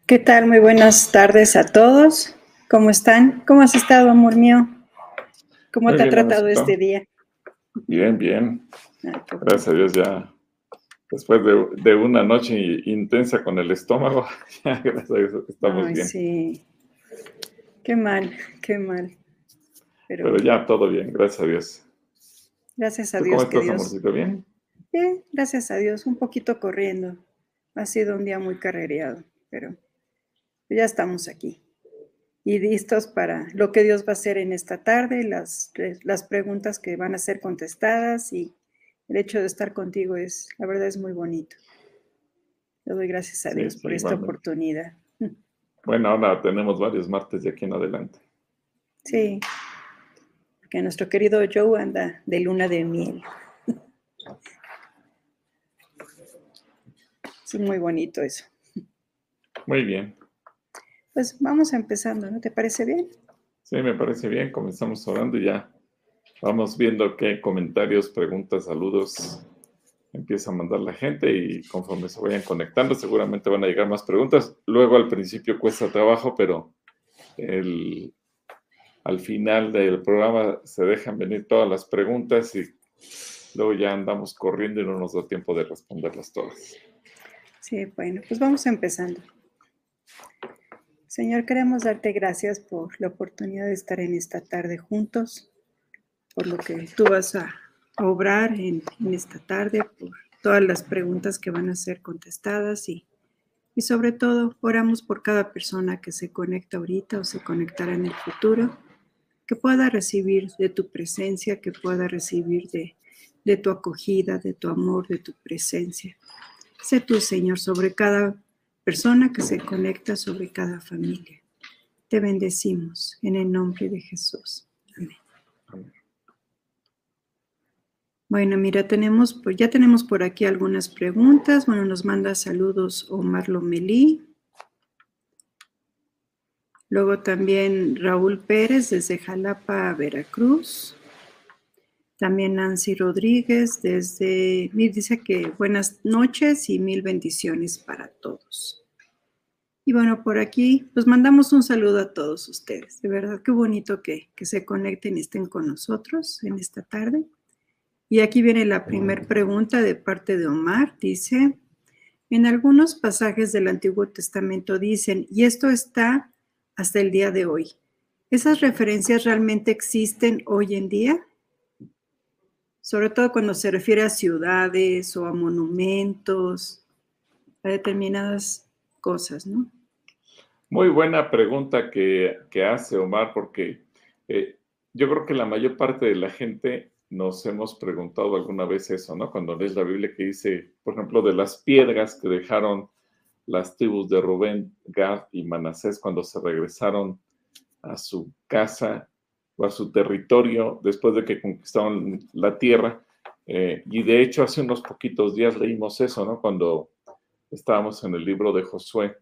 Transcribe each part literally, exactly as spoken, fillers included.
¿Qué tal? Muy buenas tardes a todos. ¿Cómo están? ¿Cómo has estado, amor mío? ¿Cómo Muy te ha bien, tratado este amorcito. día? Bien, bien. Ah, qué bueno. Gracias a Dios ya, después de, de una noche intensa con el estómago, ya gracias a Dios estamos Ay, bien. sí. Qué mal, qué mal. Pero Pero ya todo bien, gracias a Dios. gracias a ¿Tú cómo Dios que estás, Dios. amorcito? ¿Bien? Bien, gracias a Dios. Un poquito corriendo. Ha sido un día muy carrereado, pero ya estamos aquí. Y listos para lo que Dios va a hacer en esta tarde, las, las preguntas que van a ser contestadas y el hecho de estar contigo es, la verdad es muy bonito. Le doy gracias a Sí, Dios sí, por esta igualmente. oportunidad. Bueno, ahora tenemos varios martes de aquí en adelante. Sí, porque nuestro querido Joe anda de luna de miel. Es muy bonito eso. Muy bien. Pues vamos empezando, ¿no te parece bien? Sí, me parece bien. Comenzamos orando y ya vamos viendo qué comentarios, preguntas, saludos empieza a mandar la gente y conforme se vayan conectando seguramente van a llegar más preguntas. Luego al principio cuesta trabajo, pero el, al final del programa se dejan venir todas las preguntas y luego ya andamos corriendo y no nos da tiempo de responderlas todas. Sí, bueno, pues vamos empezando. Señor, queremos darte gracias por la oportunidad de estar en esta tarde juntos, por lo que tú vas a, a obrar en, en esta tarde, por todas las preguntas que van a ser contestadas y, y sobre todo oramos por cada persona que se conecta ahorita o se conectará en el futuro, que pueda recibir de tu presencia, que pueda recibir de, de tu acogida, de tu amor, de tu presencia. Sé tú, Señor, sobre cada persona que se conecta, sobre cada familia. Te bendecimos en el nombre de Jesús. Amén. Amén. Bueno, mira, tenemos, pues ya tenemos por aquí algunas preguntas. Bueno, nos manda saludos Omar Lomelí. Luego también Raúl Pérez desde Jalapa, Veracruz. También Nancy Rodríguez desde, dice que buenas noches y mil bendiciones para todos. Y bueno, por aquí, pues mandamos un saludo a todos ustedes. De verdad, qué bonito que, que se conecten y estén con nosotros en esta tarde. Y aquí viene la primera pregunta de parte de Omar. Dice, en algunos pasajes del Antiguo Testamento dicen, y esto está hasta el día de hoy. ¿Esas referencias realmente existen hoy en día? Sobre todo cuando se refiere a ciudades o a monumentos, a determinadas cosas, ¿no? Muy buena pregunta que, que hace Omar, porque eh, yo creo que la mayor parte de la gente nos hemos preguntado alguna vez eso, ¿no? Cuando lees la Biblia que dice, por ejemplo, de las piedras que dejaron las tribus de Rubén, Gad y Manasés cuando se regresaron a su casa o a su territorio después de que conquistaron la tierra. Eh, y de hecho, hace unos poquitos días leímos eso, ¿no? Cuando estábamos en el libro de Josué,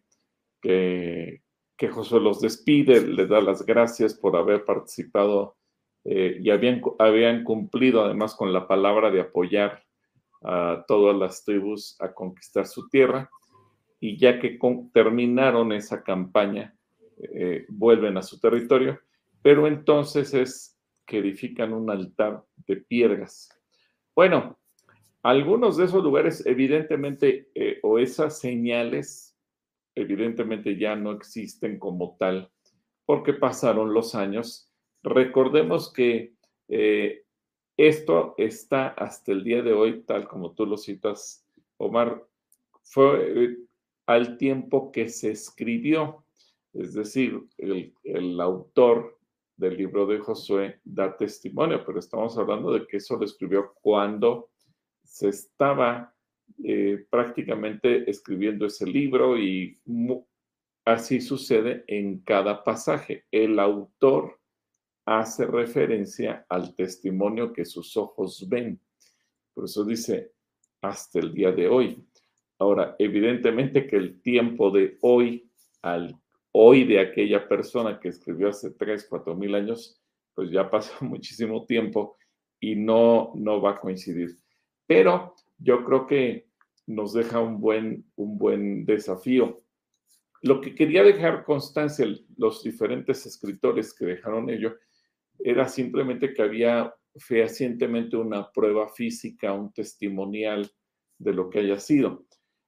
que, que Josué los despide, les da las gracias por haber participado eh, y habían, habían cumplido además con la palabra de apoyar a todas las tribus a conquistar su tierra. Y ya que con, terminaron esa campaña, eh, vuelven a su territorio, pero entonces es que edifican un altar de piedras. Bueno, algunos de esos lugares, evidentemente, eh, o esas señales, evidentemente ya no existen como tal, porque pasaron los años. Recordemos que eh, esto está hasta el día de hoy, tal como tú lo citas, Omar, fue eh, al tiempo que se escribió. Es decir, el, el autor del libro de Josué da testimonio, pero estamos hablando de que eso lo escribió cuando se estaba eh, prácticamente escribiendo ese libro y mu- así sucede en cada pasaje. El autor hace referencia al testimonio que sus ojos ven. Por eso dice, hasta el día de hoy. Ahora, evidentemente que el tiempo de hoy al hoy de aquella persona que escribió hace tres, cuatro mil años, pues ya pasó muchísimo tiempo y no, no va a coincidir. Pero yo creo que nos deja un buen, un buen desafío. lo que quería dejar constancia los diferentes escritores que dejaron ello era simplemente que había fehacientemente una prueba física, un testimonial de lo que haya sido.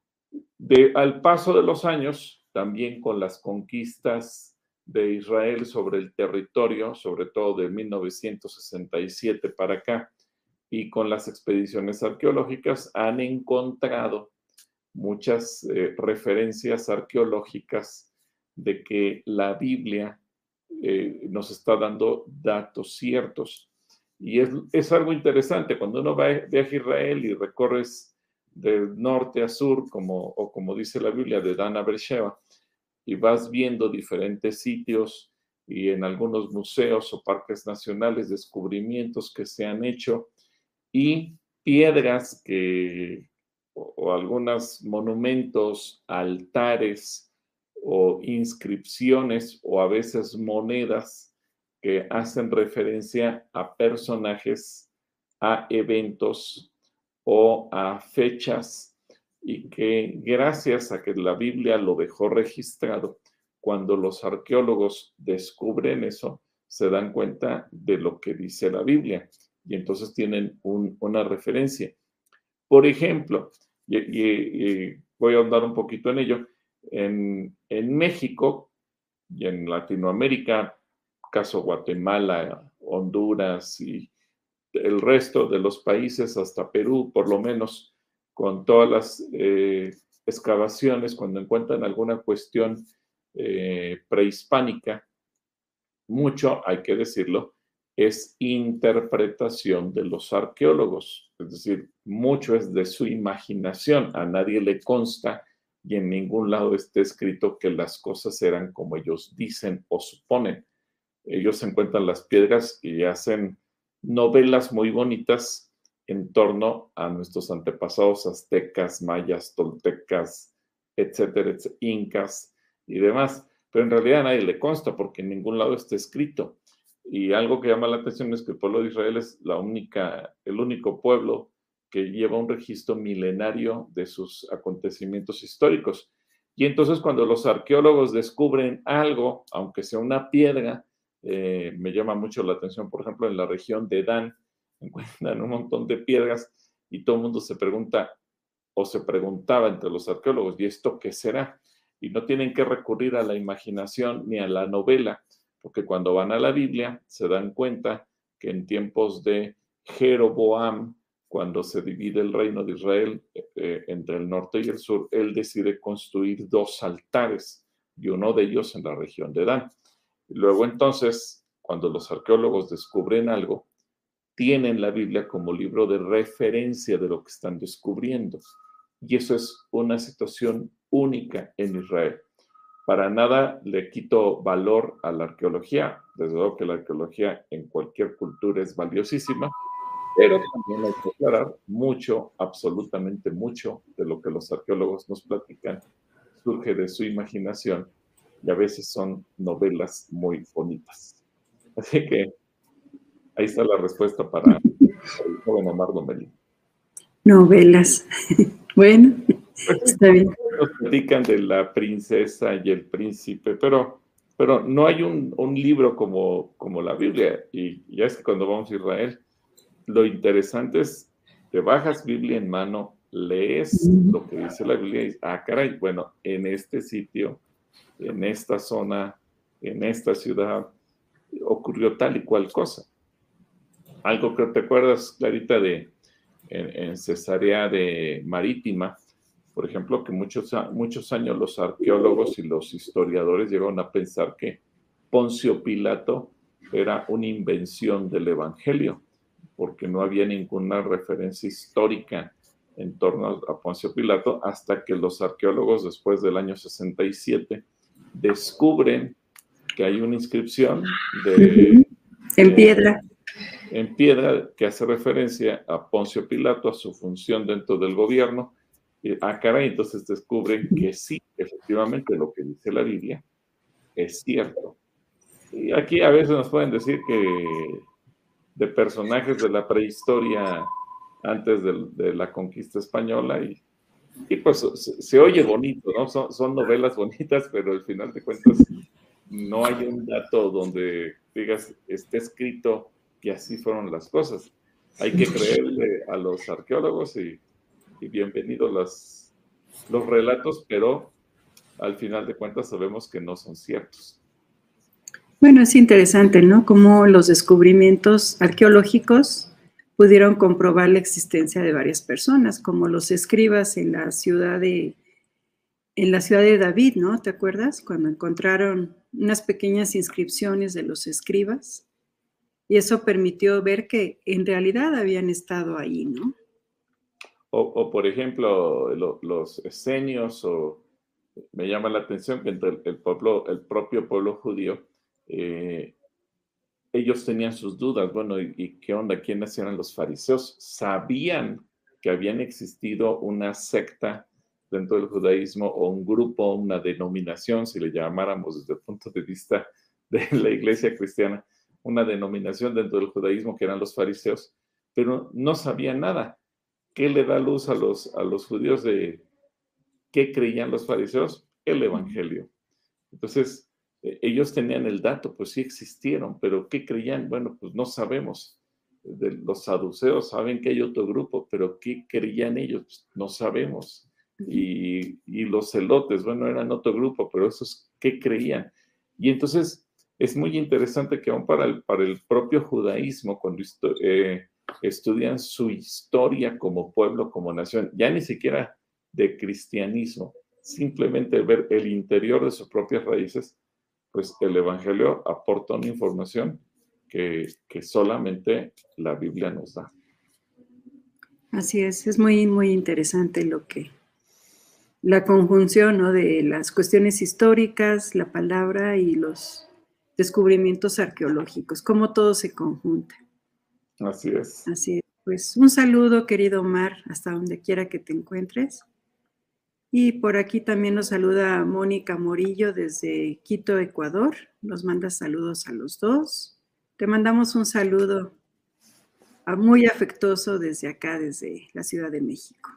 De, al paso de los años, también con las conquistas de Israel sobre el territorio, sobre todo de mil novecientos sesenta y siete para acá, y con las expediciones arqueológicas, han encontrado muchas eh, referencias arqueológicas de que la Biblia eh, nos está dando datos ciertos. Y es, es algo interesante, cuando uno va, viaja a Israel y recorres de norte a sur, como, o como dice la Biblia, de Dan a Beersheba, y vas viendo diferentes sitios y en algunos museos o parques nacionales descubrimientos que se han hecho y piedras que, o, o algunos monumentos, altares o inscripciones o a veces monedas que hacen referencia a personajes, a eventos o a fechas y que gracias a que la Biblia lo dejó registrado, cuando los arqueólogos descubren eso, se dan cuenta de lo que dice la Biblia y entonces tienen un, una referencia. Por ejemplo, y, y, y voy a ahondar un poquito en ello, en, en México y en Latinoamérica, caso Guatemala, Honduras y el resto de los países, hasta Perú, por lo menos, con todas las eh, excavaciones, cuando encuentran alguna cuestión eh, prehispánica, mucho, hay que decirlo, es interpretación de los arqueólogos. Es decir, mucho es de su imaginación. A nadie le consta y en ningún lado está escrito que las cosas eran como ellos dicen o suponen. Ellos encuentran las piedras y hacen novelas muy bonitas en torno a nuestros antepasados aztecas, mayas, toltecas, etcétera, etcétera, incas y demás. Pero en realidad a nadie le consta porque en ningún lado está escrito. Y algo que llama la atención es que el pueblo de Israel es la única, el único pueblo que lleva un registro milenario de sus acontecimientos históricos. Y entonces cuando los arqueólogos descubren algo, aunque sea una piedra, eh, me llama mucho la atención, por ejemplo, en la región de Dan, encuentran un montón de piedras y todo el mundo se pregunta, o se preguntaba entre los arqueólogos, ¿y esto qué será? Y no tienen que recurrir a la imaginación ni a la novela, porque cuando van a la Biblia se dan cuenta que en tiempos de Jeroboam, cuando se divide el reino de Israel eh, entre el norte y el sur, él decide construir dos altares y uno de ellos en la región de Dan. Luego entonces, cuando los arqueólogos descubren algo, tienen la Biblia como libro de referencia de lo que están descubriendo. Y eso es una situación única en Israel. Para nada le quito valor a la arqueología. Desde luego que la arqueología en cualquier cultura es valiosísima, pero también hay que aclarar mucho, absolutamente mucho de lo que los arqueólogos nos platican surge de su imaginación y a veces son novelas muy bonitas. Así que ahí está la respuesta para el joven Omar Lomelí. Novelas. Bueno, está bien. Nos platican de la princesa y el príncipe, pero, pero no hay un, un libro como, como la Biblia. Y ya es que cuando vamos a Israel, lo interesante es, te bajas Biblia en mano, lees lo que dice la Biblia y dices, ah, caray, bueno, en este sitio, en esta zona, en esta ciudad, ocurrió tal y cual cosa. Algo que te acuerdas, Clarita, de en, en Cesarea de Marítima, por ejemplo, que muchos, muchos años los arqueólogos y los historiadores llegaron a pensar que Poncio Pilato era una invención del Evangelio, porque no había ninguna referencia histórica en torno a Poncio Pilato, hasta que los arqueólogos, después del año sesenta y siete, descubren que hay una inscripción de, en piedra. De, en piedra que hace referencia a Poncio Pilato, a su función dentro del gobierno. Y, ah, caray, entonces descubren que sí, efectivamente, lo que dice la Biblia es cierto. Y aquí a veces nos pueden decir que de personajes de la prehistoria antes de, de la conquista española y Y pues se, se oye bonito, ¿no? Son, son novelas bonitas, pero al final de cuentas no hay un dato donde digas, esté escrito que así fueron las cosas. Hay que creerle a los arqueólogos y, y bienvenidos los, los relatos, pero al final de cuentas sabemos que no son ciertos. Bueno, es interesante, ¿no? Cómo los descubrimientos arqueológicos pudieron comprobar la existencia de varias personas, como los escribas en la ciudad de, en la ciudad de David, ¿no? ¿Te acuerdas? Cuando encontraron unas pequeñas inscripciones de los escribas, y eso permitió ver que en realidad habían estado ahí, ¿no? O, o por ejemplo, lo, los esenios, o me llama la atención que entre el, el pueblo, el propio pueblo judío, eh, ellos tenían sus dudas, bueno, ¿y, y qué onda? ¿Quiénes eran los fariseos? Sabían que habían existido una secta dentro del judaísmo, o un grupo, una denominación, si le llamáramos desde el punto de vista de la iglesia cristiana, una denominación dentro del judaísmo que eran los fariseos, pero no sabían nada. ¿Qué le da luz a los, a los judíos de qué creían los fariseos? El evangelio. Entonces, eh, ellos tenían el dato, pues sí existieron, pero ¿qué creían? Bueno, pues no sabemos. De los saduceos saben que hay otro grupo, pero ¿qué creían ellos? Pues no sabemos. Y, y los celotes, bueno, eran otro grupo, pero esos, ¿qué creían? Y entonces es muy interesante que aún para el, para el propio judaísmo, cuando eh, estudian su historia como pueblo, como nación, ya ni siquiera de cristianismo, simplemente ver el interior de sus propias raíces, pues el Evangelio aporta una información que, que solamente la Biblia nos da. Así es, es muy, muy interesante lo que, la conjunción, ¿no? De las cuestiones históricas, la palabra y los descubrimientos arqueológicos, cómo todo se conjunta. Así es. Así es. Pues un saludo, querido Omar, hasta donde quiera que te encuentres. Y por aquí también nos saluda Mónica Morillo desde Quito, Ecuador. Nos manda saludos a los dos. Te mandamos un saludo muy afectuoso desde acá, desde la Ciudad de México.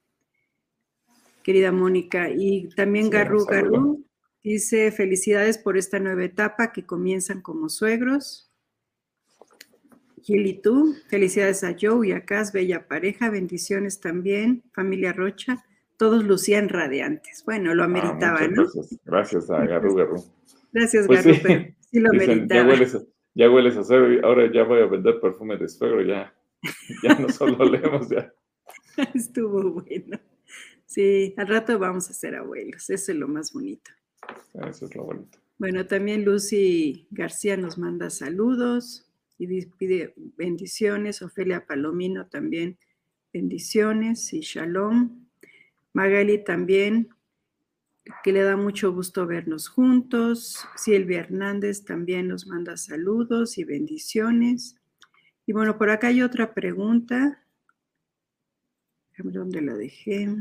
Querida Mónica, y también sí, Garru Garru dice felicidades por esta nueva etapa que comienzan como suegros. Gil y tú, felicidades a Joe y a Cas, bella pareja, bendiciones también, familia Rocha, todos lucían radiantes. Bueno, lo ameritaba, ah, ¿no? Gracias, gracias a Garru Garru. Gracias, pues Garru, sí, pero sí lo dicen, ameritaba. Ya hueles, a, ya hueles a suegro, ahora ya voy a vender perfume de suegro, ya, ya no solo leemos, ya. Estuvo bueno. Sí, al rato vamos a ser abuelos, eso es lo más bonito. Eso es lo bonito. Bueno, también Lucy García nos manda saludos y pide bendiciones. Ofelia Palomino también bendiciones y shalom. Magali también, que le da mucho gusto vernos juntos. Silvia Hernández también nos manda saludos y bendiciones. Y bueno, por acá hay otra pregunta. Déjame ver dónde la dejé.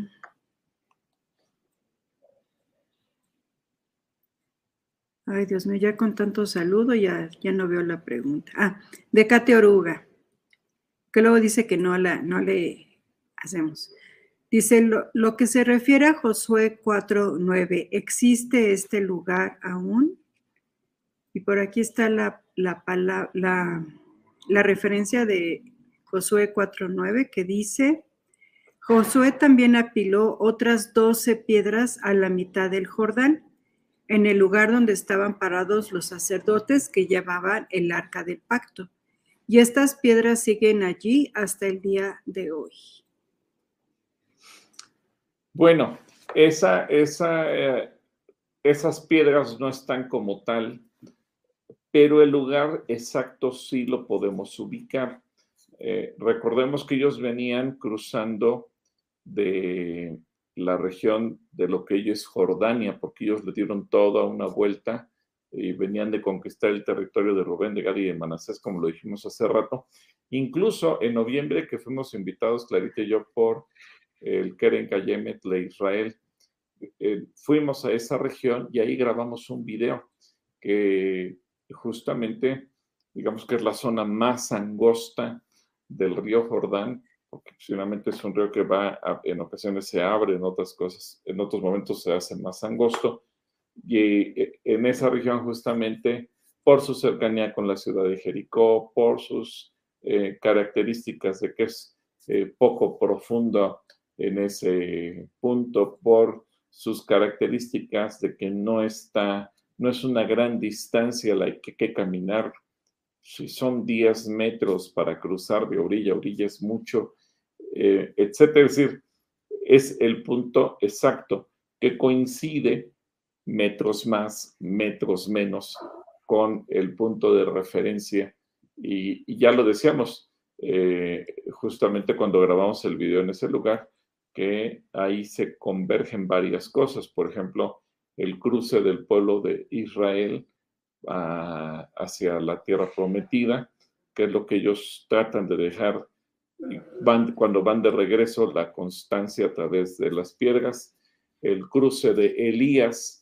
Ay, Dios mío, ya con tanto saludo ya, ya no veo la pregunta. Ah, de Cate Oruga, que luego dice que no, la, no le hacemos. Dice, lo, lo que se refiere a Josué cuatro nueve, ¿existe este lugar aún? Y por aquí está la, la, la, la, la referencia de Josué cuatro nueve que dice, Josué también apiló otras doce piedras a la mitad del Jordán, en el lugar donde estaban parados los sacerdotes que llevaban el arca del pacto. Y estas piedras siguen allí hasta el día de hoy. Bueno, esa, esa, eh, esas piedras no están como tal, pero el lugar exacto sí lo podemos ubicar. Eh, recordemos que ellos venían cruzando de la región de lo que hoy es Jordania, porque ellos le dieron toda una vuelta y venían de conquistar el territorio de Rubén, de Gad y de Manasés, como lo dijimos hace rato. Incluso en noviembre, que fuimos invitados, Clarita y yo, por el Keren Kayemet de Israel, eh, fuimos a esa región y ahí grabamos un video que justamente, digamos que es la zona más angosta del río Jordán, porque finalmente es un río que va, a, en ocasiones se abre, en otras cosas, en otros momentos se hace más angosto, y en esa región justamente por su cercanía con la ciudad de Jericó, por sus eh, características de que es eh, poco profundo en ese punto, por sus características de que no está, no es una gran distancia la que hay que caminar. Si son diez metros para cruzar de orilla a orilla es mucho, eh, etcétera. Es decir, es el punto exacto que coincide metros más, metros menos con el punto de referencia. Y, y ya lo decíamos eh, justamente cuando grabamos el video en ese lugar, que ahí se convergen varias cosas. Por ejemplo, el cruce del pueblo de Israel a, hacia la tierra prometida, que es lo que ellos tratan de dejar van, cuando van de regreso, la constancia a través de las piedras, el cruce de Elías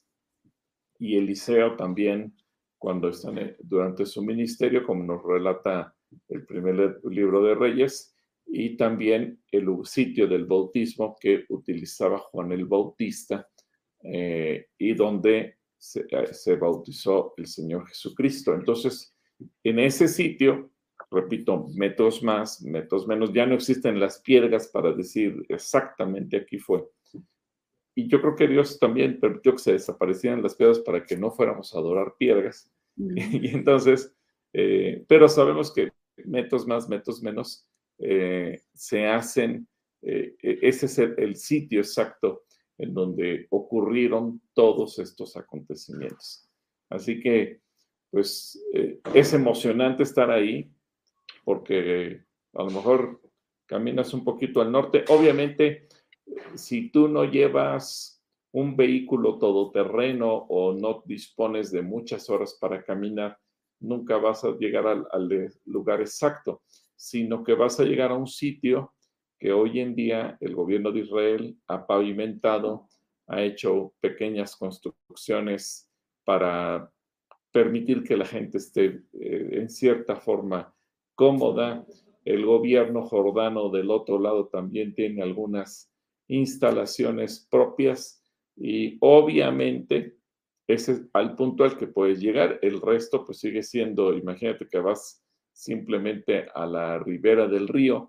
y Eliseo también cuando están durante su ministerio, como nos relata el primer libro de Reyes, y también el sitio del bautismo que utilizaba Juan el Bautista eh, y donde se, se bautizó el Señor Jesucristo. Entonces, en ese sitio, repito, metros más, metros menos, ya no existen las piedras para decir exactamente aquí fue. Y yo creo que Dios también permitió que se desaparecieran las piedras para que no fuéramos a adorar piedras. Mm. Y entonces, eh, pero sabemos que metros más, metros menos, eh, se hacen, eh, ese es el, el sitio exacto en donde ocurrieron todos estos acontecimientos. Así que, pues, eh, es emocionante estar ahí, porque a lo mejor caminas un poquito al norte. Obviamente, si tú no llevas un vehículo todoterreno o no dispones de muchas horas para caminar, nunca vas a llegar al, al lugar exacto, sino que vas a llegar a un sitio que hoy en día el gobierno de Israel ha pavimentado, ha hecho pequeñas construcciones para permitir que la gente esté eh, en cierta forma cómoda. El gobierno jordano del otro lado también tiene algunas instalaciones propias y obviamente ese es al punto al que puedes llegar. El resto pues sigue siendo, imagínate que vas simplemente a la ribera del río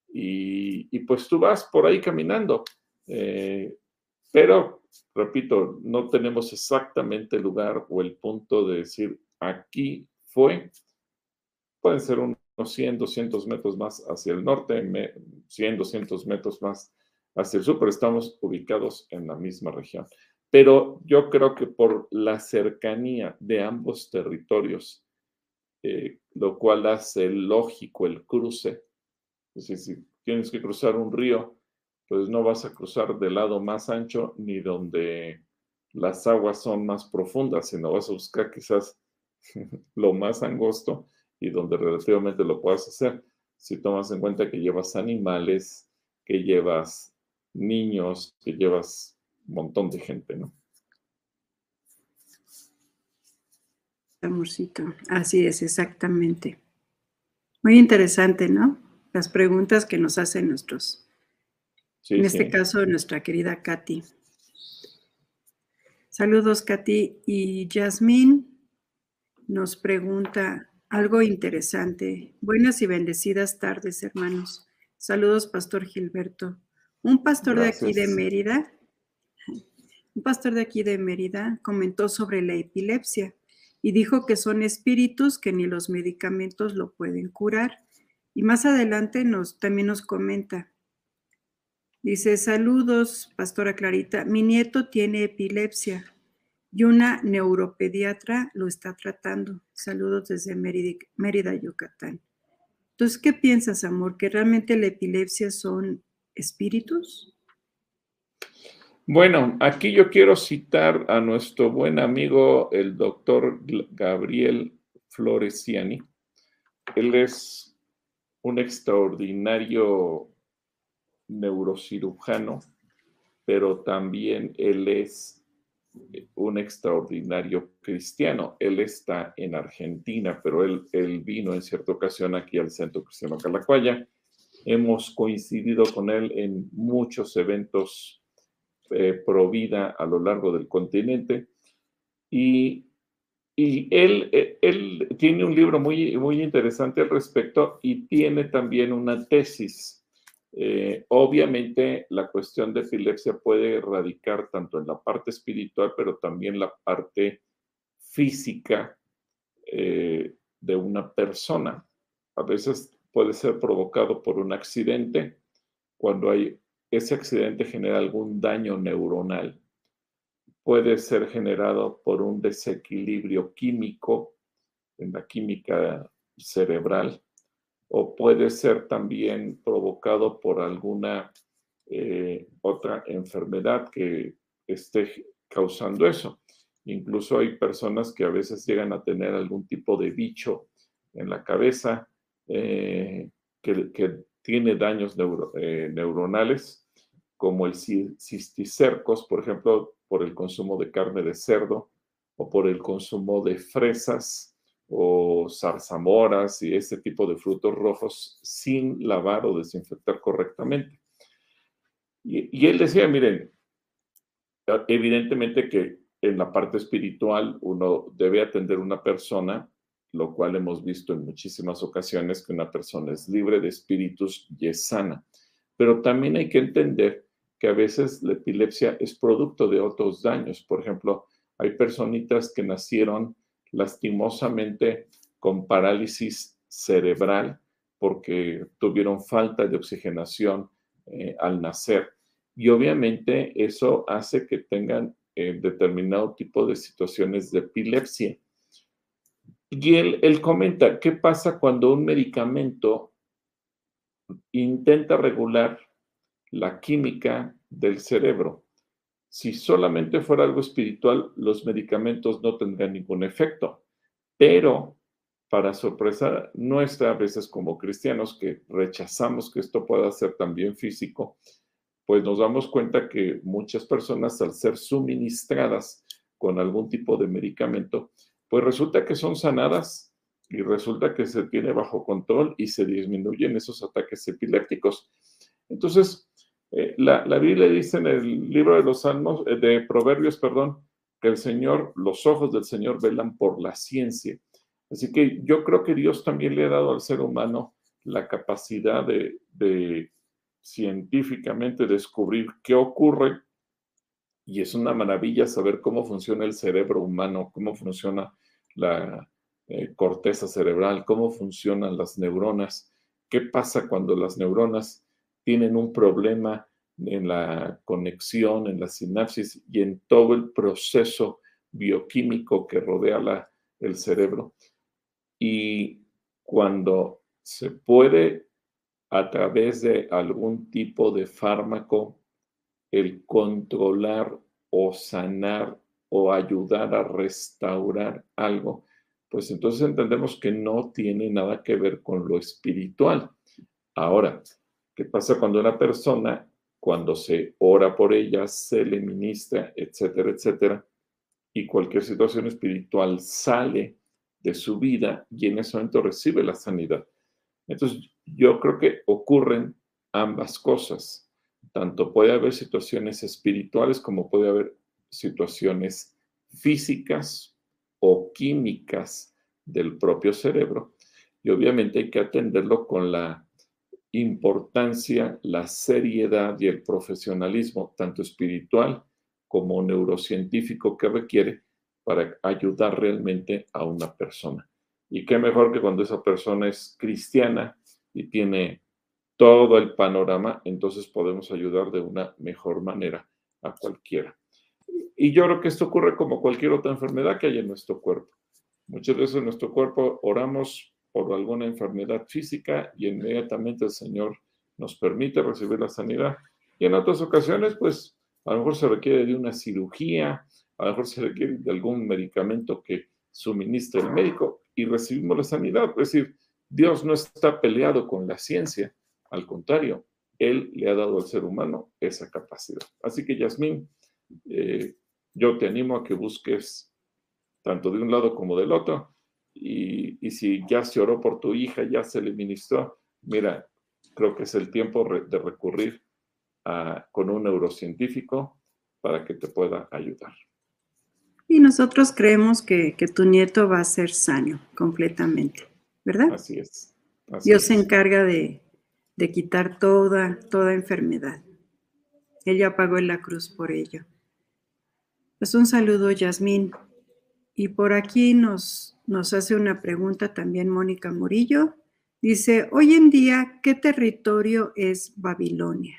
y, y pues tú vas por ahí caminando. Eh, pero, repito, no tenemos exactamente el lugar o el punto de decir aquí fue. Pueden ser unos cien, doscientos metros más hacia el norte, cien, doscientos metros más hacia el sur, pero estamos ubicados en la misma región. Pero yo creo que por la cercanía de ambos territorios, eh, lo cual hace lógico el cruce, es decir, si tienes que cruzar un río, pues no vas a cruzar del lado más ancho ni donde las aguas son más profundas, sino vas a buscar quizás lo más angosto y donde relativamente lo puedas hacer. Si tomas en cuenta que llevas animales, que llevas niños, que llevas un montón de gente, ¿no? Amorcito, así es, exactamente. Muy interesante, ¿no? Las preguntas que nos hacen nuestros, sí, en este sí. caso, nuestra querida Katy. Saludos, Katy. Y Yasmín nos pregunta algo interesante. Buenas y bendecidas tardes, hermanos. Saludos, Pastor Gilberto. Un pastor Gracias. de aquí de Mérida, un pastor de aquí de Mérida comentó sobre la epilepsia y dijo que son espíritus que ni los medicamentos lo pueden curar. Y más adelante nos, también nos comenta. Dice, saludos, Pastora Clarita. Mi nieto tiene epilepsia y una neuropediatra lo está tratando. Saludos desde Mérida, Mérida, Yucatán. Entonces, ¿qué piensas, amor? ¿Que realmente la epilepsia son espíritus? Bueno, aquí yo quiero citar a nuestro buen amigo, el doctor Gabriel Floresiani. Él es un extraordinario neurocirujano, pero también él es un extraordinario cristiano. Él está en Argentina, pero él, él vino en cierta ocasión aquí al Centro Cristiano Calacuaya hemos coincidido con él en muchos eventos eh, pro vida a lo largo del continente. Y, y él, eh, él tiene un libro muy, muy interesante al respecto y tiene también una tesis. Eh, obviamente la cuestión de epilepsia puede radicar tanto en la parte espiritual, pero también la parte física eh, de una persona. A veces puede ser provocado por un accidente. Cuando hay ese accidente genera algún daño neuronal. Puede ser generado por un desequilibrio químico en la química cerebral, o puede ser también provocado por alguna eh, otra enfermedad que esté causando eso. Incluso hay personas que a veces llegan a tener algún tipo de bicho en la cabeza eh, que, que, tiene daños neuro, eh, neuronales, como el cisticercos, por ejemplo, por el consumo de carne de cerdo o por el consumo de fresas o zarzamoras y ese tipo de frutos rojos sin lavar o desinfectar correctamente. Y, y él decía, miren, evidentemente que en la parte espiritual uno debe atender a una persona, lo cual hemos visto en muchísimas ocasiones, que una persona es libre de espíritus y es sana. Pero también hay que entender que a veces la epilepsia es producto de otros daños. Por ejemplo, hay personitas que nacieron lastimosamente con parálisis cerebral porque tuvieron falta de oxigenación eh, al nacer. Y obviamente eso hace que tengan eh, determinado tipo de situaciones de epilepsia. Y él, él comenta, ¿qué pasa cuando un medicamento intenta regular la química del cerebro? Si solamente fuera algo espiritual, los medicamentos no tendrían ningún efecto. Pero, para sorpresa nuestra, a veces como cristianos que rechazamos que esto pueda ser también físico, pues nos damos cuenta que muchas personas, al ser suministradas con algún tipo de medicamento, pues resulta que son sanadas y resulta que se tiene bajo control y se disminuyen esos ataques epilépticos. Entonces, eh, la, la Biblia dice en el libro de los Salmos, eh, de Proverbios, perdón, que el Señor, los ojos del Señor velan por la ciencia. Así que yo creo que Dios también le ha dado al ser humano la capacidad de, de científicamente descubrir qué ocurre, y es una maravilla saber cómo funciona el cerebro humano, cómo funciona la eh, corteza cerebral, cómo funcionan las neuronas, qué pasa cuando las neuronas tienen un problema en la conexión, en la sinapsis y en todo el proceso bioquímico que rodea la, el cerebro. Y cuando se puede, a través de algún tipo de fármaco, el controlar o sanar o ayudar a restaurar algo, pues entonces entendemos que no tiene nada que ver con lo espiritual. Ahora, ¿qué pasa cuando una persona, cuando se ora por ella, se le ministra, etcétera, etcétera, y cualquier situación espiritual sale de su vida y en ese momento recibe la sanidad? Entonces, yo creo que ocurren ambas cosas. Tanto puede haber situaciones espirituales como puede haber situaciones físicas o químicas del propio cerebro. Y obviamente hay que atenderlo con la importancia, la seriedad y el profesionalismo, tanto espiritual como neurocientífico, que requiere para ayudar realmente a una persona. Y qué mejor que cuando esa persona es cristiana y tiene todo el panorama, entonces podemos ayudar de una mejor manera a cualquiera. Y yo creo que esto ocurre como cualquier otra enfermedad que hay en nuestro cuerpo. Muchas veces en nuestro cuerpo oramos por alguna enfermedad física y inmediatamente el Señor nos permite recibir la sanidad. Y en otras ocasiones, pues, a lo mejor se requiere de una cirugía, a lo mejor se requiere de algún medicamento que suministre el médico y recibimos la sanidad. Es decir, Dios no está peleado con la ciencia, al contrario, Él le ha dado al ser humano esa capacidad. Así que, Yasmín, eh, yo te animo a que busques tanto de un lado como del otro, y, y si ya se oró por tu hija, ya se le ministró, mira, creo que es el tiempo de recurrir a, con un neurocientífico para que te pueda ayudar. Y nosotros creemos que, que tu nieto va a ser sano completamente, ¿verdad? Así es. Así Dios es. se encarga de, de quitar toda, toda enfermedad. Él ya pagó en la cruz por ello. Pues un saludo, Yasmín. Y por aquí nos, nos hace una pregunta también Mónica Murillo. Dice, hoy en día, ¿qué territorio es Babilonia?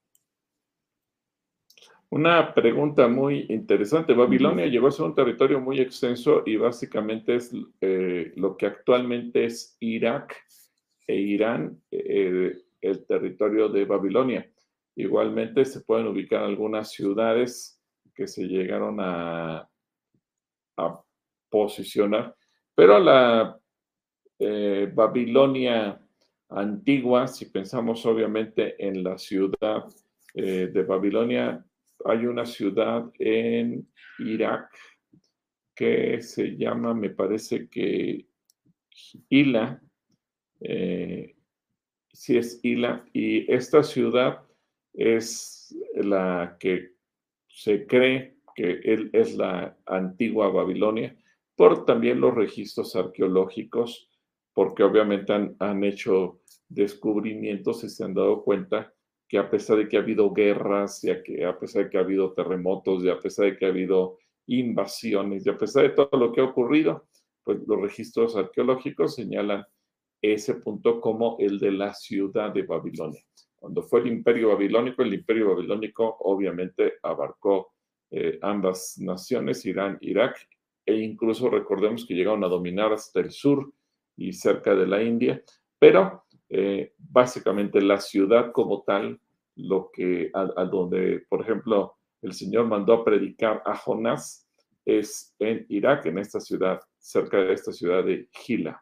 Una pregunta muy interesante. Babilonia Uh-huh. llegó a ser un territorio muy extenso y básicamente es eh, lo que actualmente es Irak e Irán, eh, el territorio de Babilonia. Igualmente se pueden ubicar algunas ciudades que se llegaron a, a posicionar, pero la eh, Babilonia antigua, si pensamos obviamente en la ciudad eh, de Babilonia, hay una ciudad en Irak que se llama, me parece que Hila, eh, sí es Hila, y esta ciudad es la que se cree que él es la antigua Babilonia, por también los registros arqueológicos, porque obviamente han, han hecho descubrimientos y se han dado cuenta que a pesar de que ha habido guerras, y a, que, a pesar de que ha habido terremotos, y a pesar de que ha habido invasiones, y a pesar de todo lo que ha ocurrido, pues los registros arqueológicos señalan ese punto como el de la ciudad de Babilonia. Cuando fue el imperio babilónico, el imperio babilónico obviamente abarcó eh, ambas naciones, Irán, Irak, e incluso recordemos que llegaron a dominar hasta el sur y cerca de la India, pero eh, básicamente la ciudad como tal, lo que a, a donde, por ejemplo, el Señor mandó a predicar a Jonás, es en Irak, en esta ciudad, cerca de esta ciudad de Hila.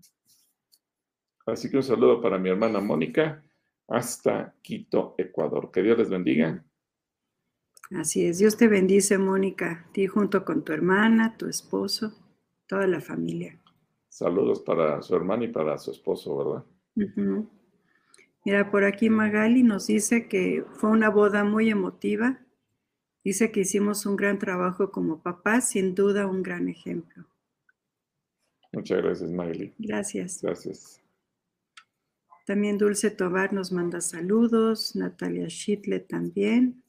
Así que un saludo para mi hermana Mónica hasta Quito, Ecuador. Que Dios les bendiga. Así es. Dios te bendice, Mónica, ti junto con tu hermana, tu esposo, toda la familia. Saludos para su hermana y para su esposo, ¿verdad? Uh-huh. Mira, por aquí Magali nos dice que fue una boda muy emotiva. Dice que hicimos un gran trabajo como papás, sin duda un gran ejemplo. Muchas gracias, Magali. Gracias. Gracias. También Dulce Tobar nos manda saludos, Natalia Schitle también.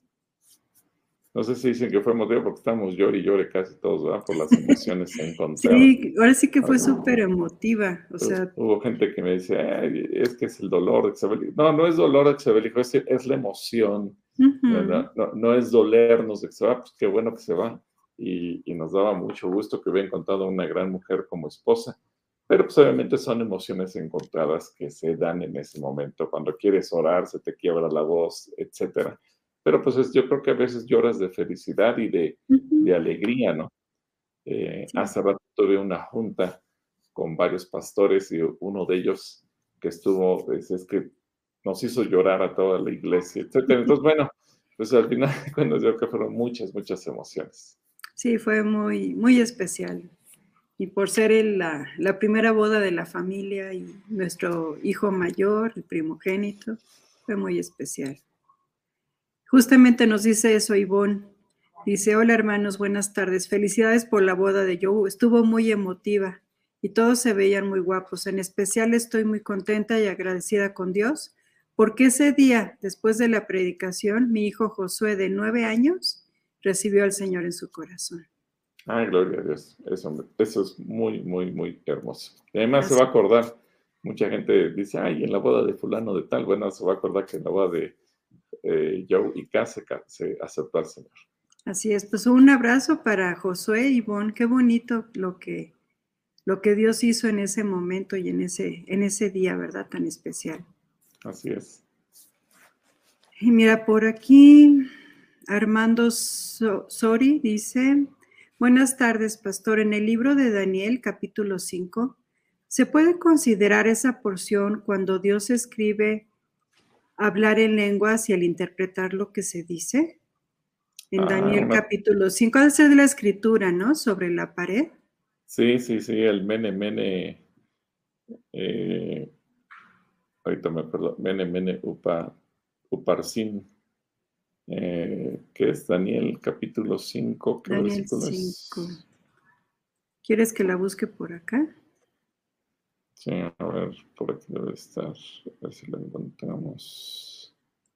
No sé si dicen que fue emotivo porque estamos llore y llore casi todos, ¿verdad? Por las emociones encontradas. Sí, ahora sí que fue súper emotiva. O Entonces, sea, hubo gente que me dice, ay, es que es el dolor de que se ve el hijo. No, no es dolor de que se ve el hijo, es, es la emoción. uh-huh. No, no, no es dolernos de que se va, pues qué bueno que se va. Y, y nos daba mucho gusto que hubieran encontrado a una gran mujer como esposa. Pero pues obviamente son emociones encontradas que se dan en ese momento. Cuando quieres orar, se te quiebra la voz, etcétera. Pero pues es, yo creo que a veces lloras de felicidad y de, Uh-huh. de alegría, ¿no? Eh, Sí. Hace rato tuve una junta con varios pastores y uno de ellos que estuvo, es, es que nos hizo llorar a toda la iglesia, etcétera. Entonces, bueno, pues al final cuando yo creo que fueron muchas, muchas emociones. Sí, fue muy, muy especial. Y por ser el, la, la primera boda de la familia y nuestro hijo mayor, el primogénito, fue muy especial. Justamente nos dice eso Ivonne. Dice, hola hermanos, buenas tardes. Felicidades por la boda de Joe. Estuvo muy emotiva y todos se veían muy guapos. En especial estoy muy contenta y agradecida con Dios porque ese día, después de la predicación, mi hijo Josué de nueve años recibió al Señor en su corazón. Ay, gloria a Dios. Eso, eso es muy, muy, muy hermoso. Y además Así. se va a acordar, mucha gente dice, ay, en la boda de fulano de tal. Bueno, se va a acordar que en la boda de eh, Joe y K se, se aceptó al Señor. Así es, pues un abrazo para Josué y Ivonne. Qué bonito lo que, lo que Dios hizo en ese momento y en ese, en ese día, ¿verdad? Tan especial. Así es. Y mira, por aquí Armando so Sori dice, buenas tardes, pastor. En el libro de Daniel, capítulo cinco, ¿se puede considerar esa porción cuando Dios escribe hablar en lenguas y al interpretar lo que se dice? En Ah, Daniel una... capítulo cinco, debe ser de la escritura, ¿no? Sobre la pared. Sí, sí, sí, el mene, mene. Eh, ahorita me acuerdo, Mene, Mene, Upa, Uparsin, eh, que es Daniel capítulo cinco, ¿qué Daniel versículo cinco. es? ¿Quieres que la busque por acá? Sí, a ver, por aquí debe estar, a ver si la encontramos.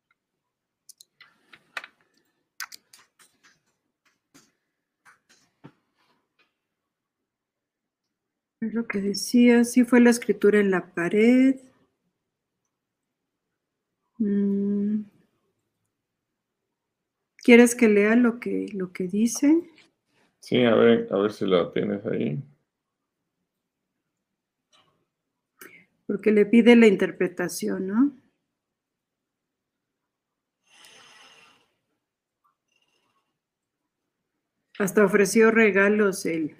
Es lo que decía, sí fue la escritura en la pared. Mm. ¿Quieres que lea lo que, lo que dice? Sí, a ver, a ver si la tienes ahí. Porque le pide la interpretación, ¿no? Hasta ofreció regalos él.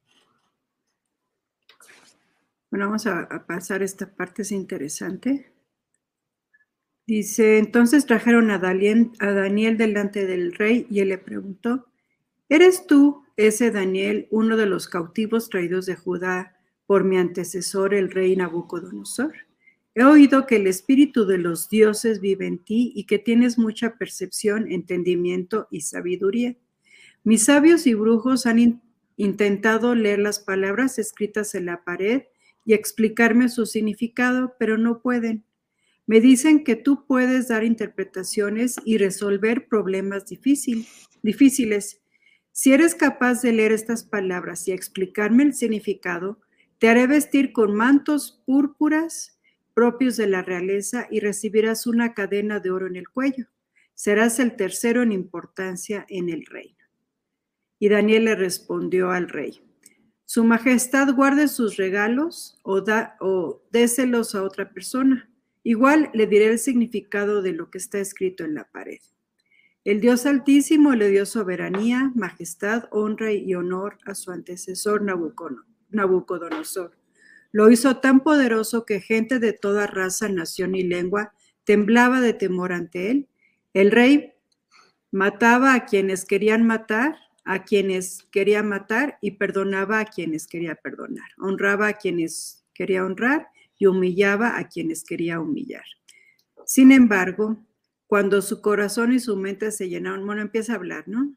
Bueno, vamos a, a pasar esta parte, es interesante. Dice, entonces trajeron a Daniel, a Daniel delante del rey y él le preguntó, ¿eres tú, ese Daniel, uno de los cautivos traídos de Judá por mi antecesor, el rey Nabucodonosor? He oído que el espíritu de los dioses vive en ti y que tienes mucha percepción, entendimiento y sabiduría. Mis sabios y brujos han in- intentado leer las palabras escritas en la pared y explicarme su significado, pero no pueden. Me dicen que tú puedes dar interpretaciones y resolver problemas difícil, difíciles. Si eres capaz de leer estas palabras y explicarme el significado, te haré vestir con mantos púrpuras propios de la realeza y recibirás una cadena de oro en el cuello. Serás el tercero en importancia en el reino. Y Daniel le respondió al rey, su majestad guarde sus regalos o, da, o déselos a otra persona. Igual le diré el significado de lo que está escrito en la pared. El Dios Altísimo le dio soberanía, majestad, honra y honor a su antecesor Nabucodonosor. Lo hizo tan poderoso que gente de toda raza, nación y lengua temblaba de temor ante él. El rey mataba a quienes querían matar, a quienes quería matar y perdonaba a quienes quería perdonar. Honraba a quienes quería honrar y humillaba a quienes quería humillar. Sin embargo, cuando su corazón y su mente se llenaron, bueno, empieza a hablar, ¿no?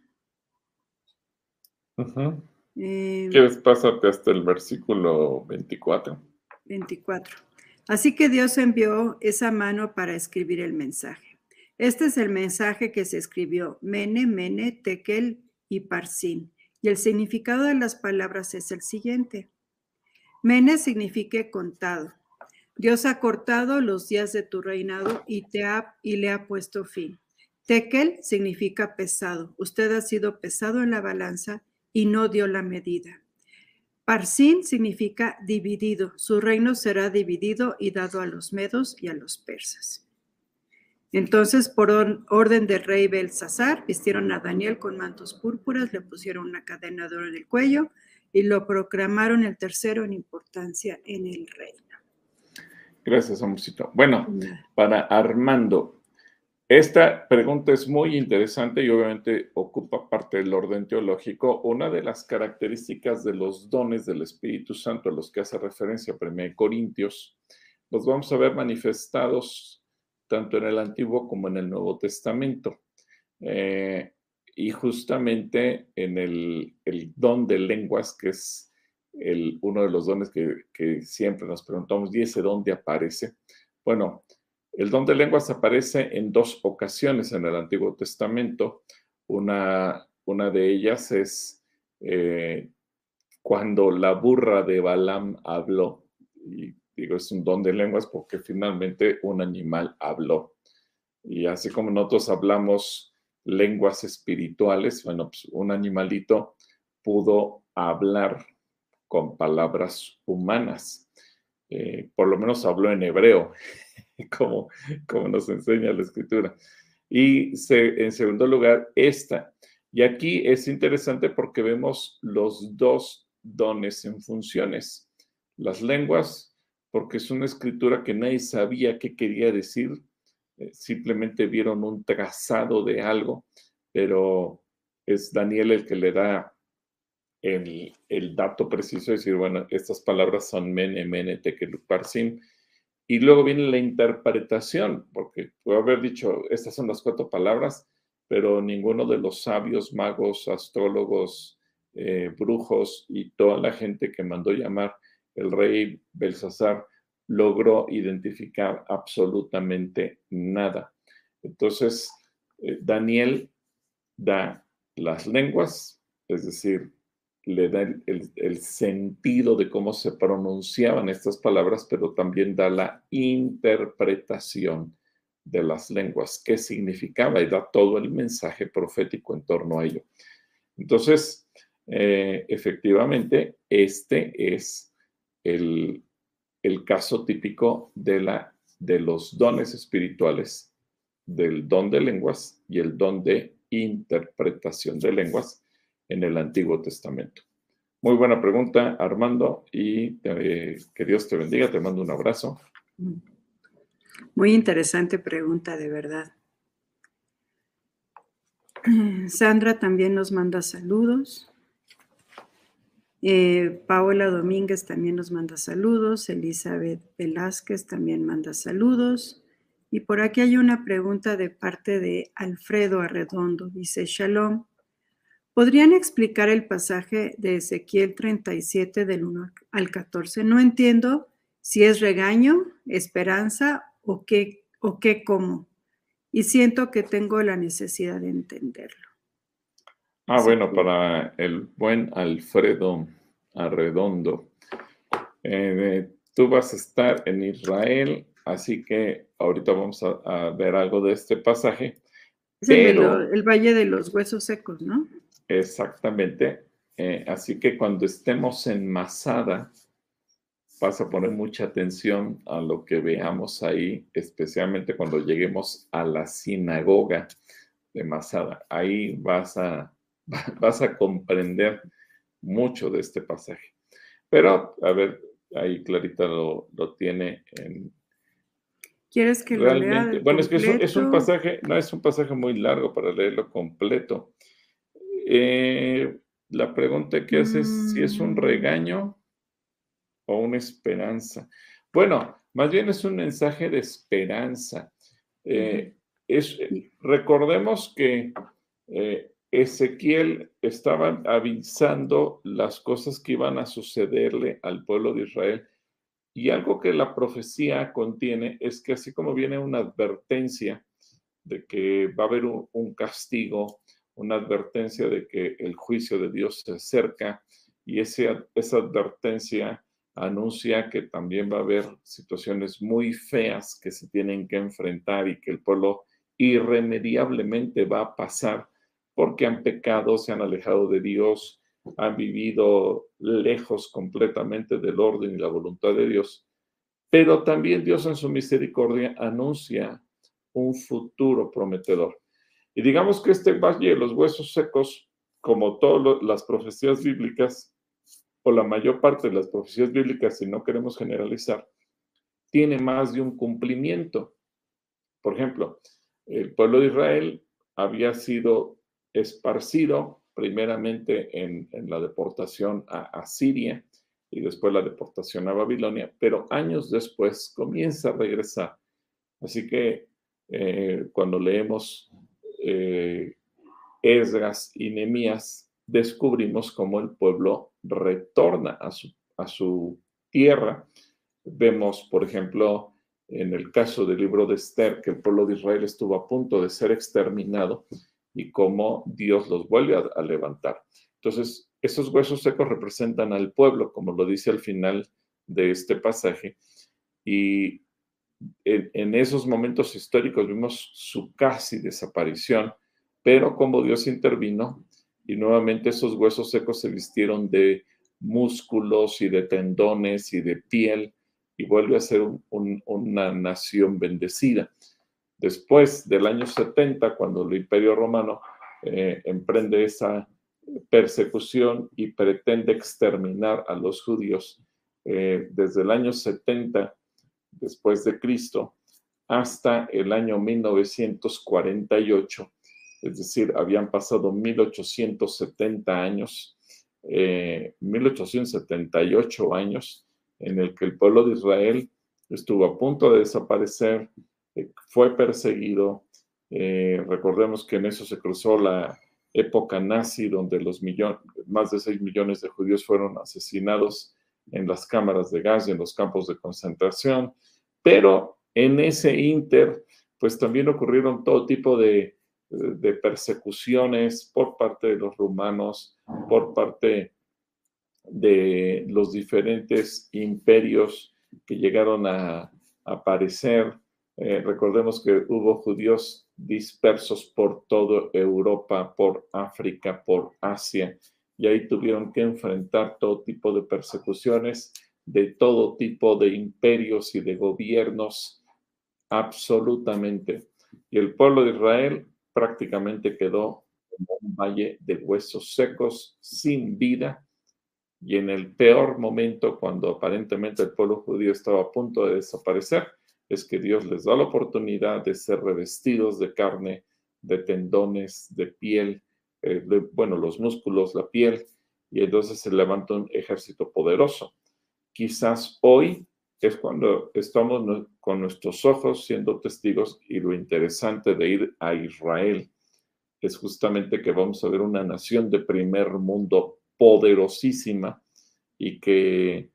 Uh-huh. Eh, ¿Quieres pásate hasta el versículo veinticuatro? veinticuatro. Así que Dios envió esa mano para escribir el mensaje. Este es el mensaje que se escribió, Mene, Mene, Tekel y Parsin. Y el significado de las palabras es el siguiente. Mene significa contado. Dios ha cortado los días de tu reinado y, te ha, y le ha puesto fin. Tekel significa pesado. Usted ha sido pesado en la balanza y no dio la medida. Parsin significa dividido. Su reino será dividido y dado a los medos y a los persas. Entonces, por orden del rey Belsasar, vistieron a Daniel con mantos púrpuras, le pusieron una cadena de oro en el cuello y lo proclamaron el tercero en importancia en el reino. Gracias, amorcito. Bueno, para Armando, esta pregunta es muy interesante y obviamente ocupa parte del orden teológico. Una de las características de los dones del Espíritu Santo a los que hace referencia primera Corintios, los vamos a ver manifestados tanto en el Antiguo como en el Nuevo Testamento. Eh, y justamente en el, el don de lenguas, que es el, uno de los dones que, que siempre nos preguntamos, ¿y ese dónde aparece? Bueno, el don de lenguas aparece en dos ocasiones en el Antiguo Testamento. Una, una de ellas es eh, cuando la burra de Balaam habló. Y digo, es un don de lenguas porque finalmente un animal habló. Y así como nosotros hablamos lenguas espirituales, bueno, pues un animalito pudo hablar con palabras humanas. Eh, por lo menos habló en hebreo, como, como nos enseña la escritura. Y se, en segundo lugar, esta. Y aquí es interesante porque vemos los dos dones en funciones. Las lenguas, porque es una escritura que nadie sabía qué quería decir, eh, simplemente vieron un trazado de algo, pero es Daniel el que le da el, el dato preciso de decir, bueno, estas palabras son mene, mene, tekel, parsin, Y luego viene la interpretación, porque puedo haber dicho, estas son las cuatro palabras, pero ninguno de los sabios, magos, astrólogos, eh, brujos y toda la gente que mandó llamar el rey Belsasar logró identificar absolutamente nada. Entonces, eh, Daniel da las lenguas, es decir, le da el, el, el, sentido de cómo se pronunciaban estas palabras, pero también da la interpretación de las lenguas, qué significaba, y da todo el mensaje profético en torno a ello. Entonces, eh, efectivamente, este es el, el caso típico de, la, de los dones espirituales, del don de lenguas y el don de interpretación de lenguas en el Antiguo Testamento. Muy buena pregunta, Armando, y te, que Dios te bendiga. Te mando un abrazo. Muy interesante pregunta, de verdad. Sandra también nos manda saludos. Eh, Paola Domínguez también nos manda saludos. Elizabeth Velázquez también manda saludos. Y por aquí hay una pregunta de parte de Alfredo Arredondo. Dice, Shalom, ¿podrían explicar el pasaje de Ezequiel treinta y siete del uno al catorce? No entiendo si es regaño, esperanza o qué, o qué cómo. Y siento que tengo la necesidad de entenderlo. Ah, Así bueno, que... para el buen Alfredo Arredondo. Eh, tú vas a estar en Israel, así que ahorita vamos a, a ver algo de este pasaje. Es pero, el, de lo, el Valle de los Huesos Secos, ¿no? Exactamente. Eh, así que cuando estemos en Masada, vas a poner mucha atención a lo que veamos ahí, especialmente cuando lleguemos a la sinagoga de Masada. Ahí vas a, vas a comprender mucho de este pasaje. Pero, a ver, ahí Clarita lo, lo tiene en... ¿Quieres que Realmente, lo lea? Bueno, completo? Es que es un, es un pasaje, no es un pasaje muy largo para leerlo completo. Eh, la pregunta que haces es si es un regaño o una esperanza. Bueno, más bien es un mensaje de esperanza. Eh, es, recordemos que eh, Ezequiel estaba avisando las cosas que iban a sucederle al pueblo de Israel, y algo que la profecía contiene es que así como viene una advertencia de que va a haber un, un castigo, una advertencia de que el juicio de Dios se acerca, y ese, esa advertencia anuncia que también va a haber situaciones muy feas que se tienen que enfrentar y que el pueblo irremediablemente va a pasar porque han pecado, se han alejado de Dios, han vivido lejos completamente del orden y la voluntad de Dios. Pero también Dios en su misericordia anuncia un futuro prometedor. Y digamos que este Valle de los Huesos Secos, como todas las profecías bíblicas, o la mayor parte de las profecías bíblicas, si no queremos generalizar, tiene más de un cumplimiento. Por ejemplo, el pueblo de Israel había sido esparcido primeramente en, en la deportación a, a Siria y después la deportación a Babilonia, pero años después comienza a regresar. Así que eh, cuando leemos eh, Esdras y Nehemías, descubrimos cómo el pueblo retorna a su, a su tierra. Vemos, por ejemplo, en el caso del libro de Esther, que el pueblo de Israel estuvo a punto de ser exterminado y cómo Dios los vuelve a, a levantar. Entonces, esos huesos secos representan al pueblo, como lo dice al final de este pasaje, y en, en esos momentos históricos vimos su casi desaparición, pero como Dios intervino y nuevamente esos huesos secos se vistieron de músculos y de tendones y de piel y vuelve a ser un, un, una nación bendecida. Después del año setenta, cuando el Imperio Romano eh, emprende esa persecución y pretende exterminar a los judíos, eh, desde el año setenta después de Cristo hasta el año mil novecientos cuarenta y ocho, es decir, habían pasado mil ochocientos setenta años, eh, mil ochocientos setenta y ocho años, en el que el pueblo de Israel estuvo a punto de desaparecer, eh, fue perseguido. Eh, recordemos que en eso se cruzó la época nazi, donde los millones, más de seis millones de judíos fueron asesinados en las cámaras de gas y en los campos de concentración. Pero en ese ínter, pues también ocurrieron todo tipo de, de persecuciones por parte de los rumanos, por parte de los diferentes imperios que llegaron a aparecer. Eh, recordemos que hubo judíos dispersos por toda Europa, por África, por Asia, y ahí tuvieron que enfrentar todo tipo de persecuciones de todo tipo de imperios y de gobiernos, absolutamente. Y el pueblo de Israel prácticamente quedó como un valle de huesos secos, sin vida. Y en el peor momento, cuando aparentemente el pueblo judío estaba a punto de desaparecer, es que Dios les da la oportunidad de ser revestidos de carne, de tendones, de piel, eh, de, bueno, los músculos, la piel, y entonces se levanta un ejército poderoso. Quizás hoy es cuando estamos con nuestros ojos siendo testigos, y lo interesante de ir a Israel es justamente que vamos a ver una nación de primer mundo poderosísima, y que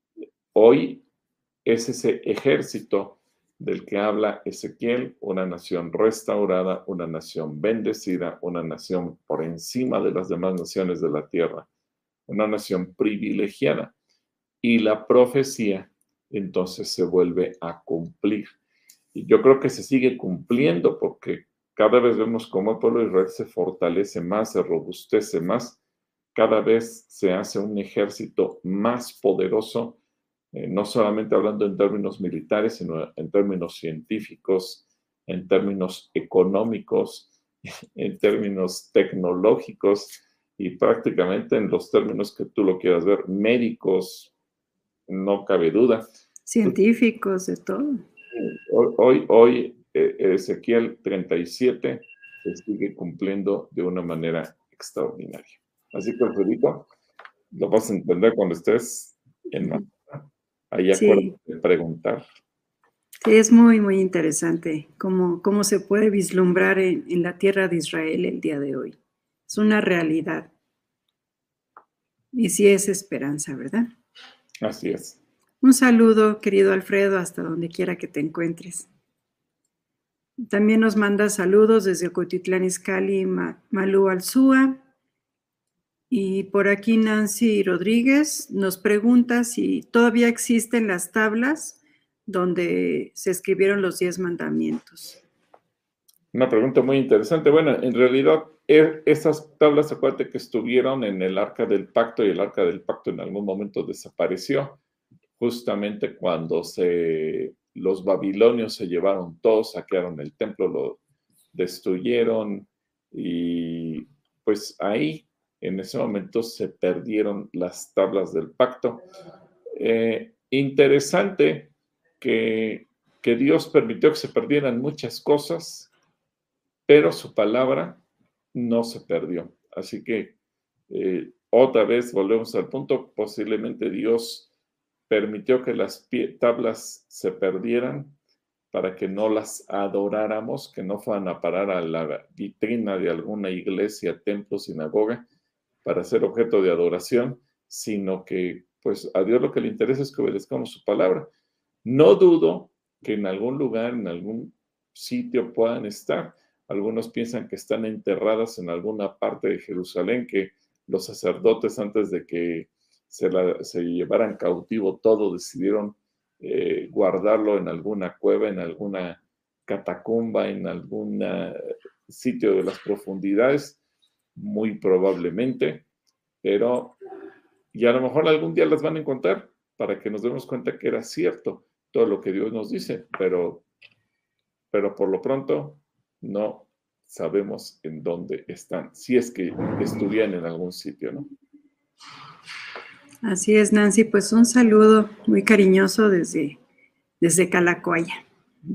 hoy es ese ejército del que habla Ezequiel, una nación restaurada, una nación bendecida, una nación por encima de las demás naciones de la tierra, una nación privilegiada. Y la profecía entonces se vuelve a cumplir. Y yo creo que se sigue cumpliendo, porque cada vez vemos cómo el pueblo de Israel se fortalece más, se robustece más, cada vez se hace un ejército más poderoso, eh, no solamente hablando en términos militares, sino en términos científicos, en términos económicos, en términos tecnológicos, y prácticamente en los términos que tú lo quieras ver, médicos, no cabe duda. Científicos, de todo. Hoy, hoy, hoy eh, Ezequiel treinta y siete se sigue cumpliendo de una manera extraordinaria. Así que, Alfredito, lo vas a entender cuando estés en Manila. Ahí acuérdate de preguntar. Sí, es muy, muy interesante cómo, cómo se puede vislumbrar en, en la tierra de Israel el día de hoy. Es una realidad. Y sí es esperanza, ¿verdad? Así es. Un saludo, querido Alfredo, hasta donde quiera que te encuentres. También nos manda saludos desde Ocotitlán Izcalli, Malú Alzúa. Y por aquí Nancy Rodríguez nos pregunta si todavía existen las tablas donde se escribieron los diez mandamientos. Una pregunta muy interesante. Bueno, en realidad esas tablas, acuérdate que estuvieron en el Arca del Pacto, y el Arca del Pacto en algún momento desapareció, justamente cuando se, los babilonios se llevaron todo, saquearon el templo, lo destruyeron, y pues ahí en ese momento se perdieron las tablas del pacto. Eh, interesante que, que Dios permitió que se perdieran muchas cosas, pero su palabra no se perdió. Así que eh, otra vez volvemos al punto, posiblemente Dios permitió que las tablas se perdieran para que no las adoráramos, que no fueran a parar a la vitrina de alguna iglesia, templo, sinagoga, para ser objeto de adoración, sino que pues a Dios lo que le interesa es que obedezcamos su palabra. No dudo que en algún lugar, en algún sitio puedan estar. Algunos piensan que están enterradas en alguna parte de Jerusalén, que los sacerdotes, antes de que se, la, se llevaran cautivo todo, decidieron eh, guardarlo en alguna cueva, en alguna catacumba, en algún sitio de las profundidades, muy probablemente, pero y a lo mejor algún día las van a encontrar para que nos demos cuenta que era cierto todo lo que Dios nos dice, pero, pero por lo pronto no sabemos en dónde están, si es que estuvieran en algún sitio, ¿no? Así es, Nancy, pues un saludo muy cariñoso desde, desde Calacoaya.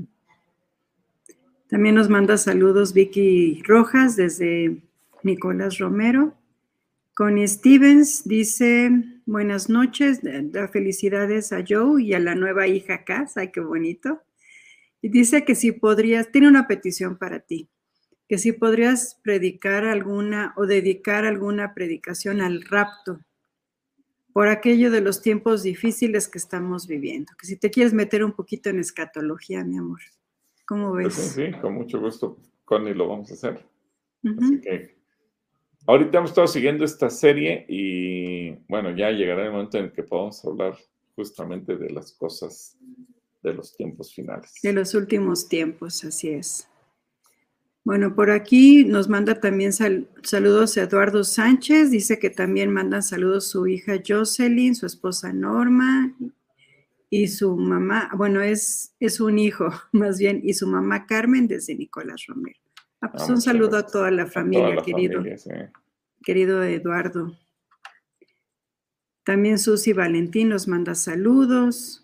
También nos manda saludos Vicky Rojas desde Nicolás Romero. Connie Stevens dice, buenas noches, da, da felicidades a Joe y a la nueva hija Cass, ay, qué bonito. Y dice que si podrías, tiene una petición para ti, que si podrías predicar alguna o dedicar alguna predicación al rapto, por aquello de los tiempos difíciles que estamos viviendo. Que si te quieres meter un poquito en escatología, mi amor. ¿Cómo Pues sí, ves? sí, con mucho gusto, Connie, lo vamos a hacer. Así Ujú. que ahorita hemos estado siguiendo esta serie y bueno, ya llegará el momento en que podamos hablar justamente de las cosas de los tiempos finales. De los últimos tiempos, así es. Bueno, por aquí nos manda también sal- saludos Eduardo Sánchez, dice que también mandan saludos su hija Jocelyn, su esposa Norma y su mamá, bueno, es, es un hijo más bien, y su mamá Carmen desde Nicolás Romero. Ah, Ah, pues un muchas saludo a gracias. toda la A toda familia, la querido, familia, sí. querido Eduardo. También Susi Valentín nos manda saludos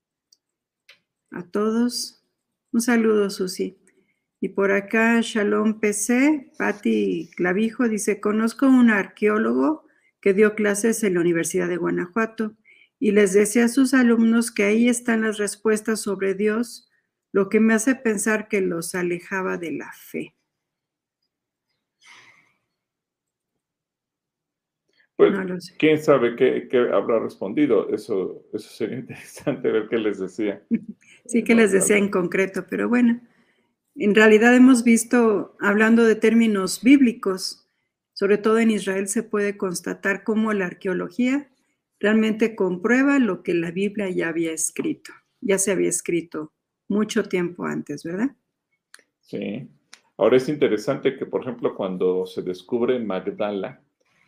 a todos. Un saludo, Susi. Y por acá, Shalom P C, Patti Clavijo dice, conozco un arqueólogo que dio clases en la Universidad de Guanajuato y les decía a sus alumnos que ahí están las respuestas sobre Dios, lo que me hace pensar que los alejaba de la fe. Pues, No lo sé. quién sabe qué, qué habrá respondido. Eso, eso sería interesante ver qué les decía. Sí Eh, que les no, decía en realmente. concreto, pero bueno, en realidad hemos visto, hablando de términos bíblicos, sobre todo en Israel se puede constatar cómo la arqueología realmente comprueba lo que la Biblia ya había escrito, ya se había escrito mucho tiempo antes, ¿verdad? Sí. Ahora es interesante que, por ejemplo, cuando se descubre Magdala,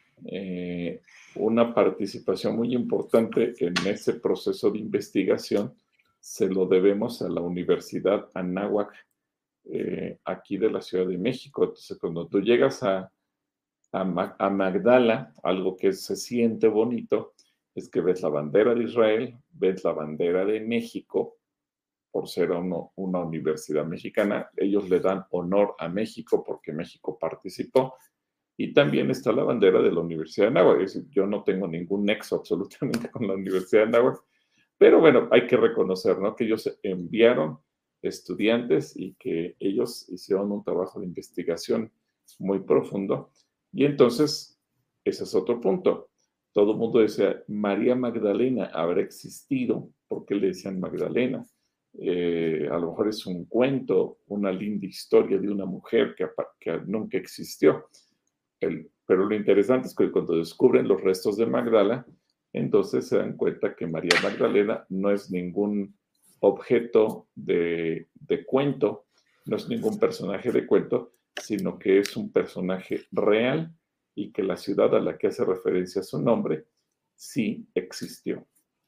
eh, una participación muy importante en ese proceso de investigación se lo debemos a la Universidad Anáhuac, eh, aquí de la Ciudad de México. Entonces, cuando tú llegas a, a, Ma- a Magdala, algo que se siente bonito es que ves la bandera de Israel, ves la bandera de México, por ser uno- una universidad mexicana, ellos le dan honor a México porque México participó, y también está la bandera de la Universidad de Anáhuac. Es decir, yo no tengo ningún nexo absolutamente con la Universidad de Anáhuac, pero bueno, hay que reconocer, ¿no? Que ellos enviaron estudiantes y que ellos hicieron un trabajo de investigación muy profundo. Y entonces, ese es otro punto. Todo el mundo decía, María Magdalena habrá existido. ¿Por qué le decían Magdalena? Eh, a lo mejor es un cuento, una linda historia de una mujer que, que nunca existió. El, pero lo interesante es que cuando descubren los restos de Magdala, entonces se dan cuenta que María Magdalena no es ningún objeto de, de cuento, no es ningún personaje de cuento, sino que es un personaje real y que la ciudad a la que hace referencia su nombre sí existió.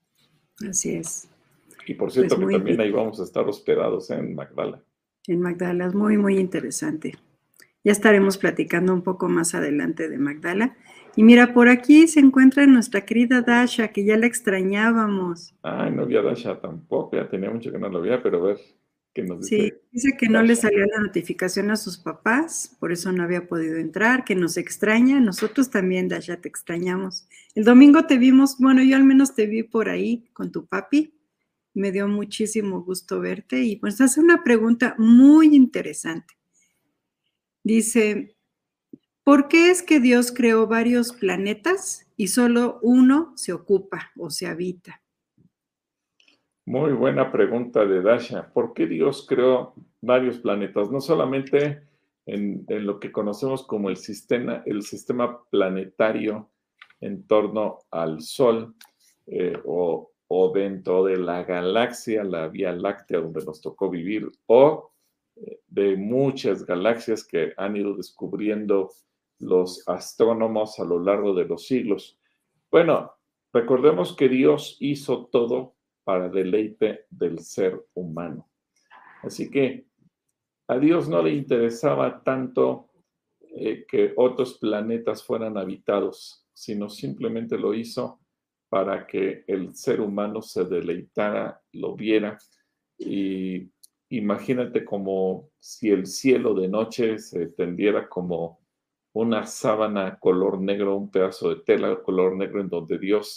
Así es. Y por Pues cierto que muy también bien. ahí vamos a estar hospedados en Magdala. En Magdala es muy, muy interesante. Ya estaremos platicando un poco más adelante de Magdala. Y mira, por aquí se encuentra nuestra querida Dasha, que ya la extrañábamos. Ay, no vi a Dasha tampoco, ya tenía mucho que no lo veía, pero a ver qué nos Sí, dice dice que no le Dasha. salió la notificación a sus papás, por eso no había podido entrar, que nos extraña. Nosotros también, Dasha, te extrañamos. El domingo te vimos, bueno, yo al menos te vi por ahí con tu papi. Me dio muchísimo gusto verte y pues hace una pregunta muy interesante. Dice, ¿por qué es que Dios creó varios planetas y solo uno se ocupa o se habita? Muy buena pregunta de Dasha. ¿Por qué Dios creó varios planetas? No solamente en, en lo que conocemos como el sistema, el sistema planetario en torno al Sol, eh, o, o dentro de la galaxia, la Vía Láctea donde nos tocó vivir, o eh, de muchas galaxias que han ido descubriendo los astrónomos a lo largo de los siglos. Bueno, recordemos que Dios hizo todo para deleite del ser humano. Así que a Dios no le interesaba tanto eh, que otros planetas fueran habitados, sino simplemente lo hizo para que el ser humano se deleitara, lo viera. Y imagínate como si el cielo de noche se tendiera como una sábana color negro, un pedazo de tela color negro en donde Dios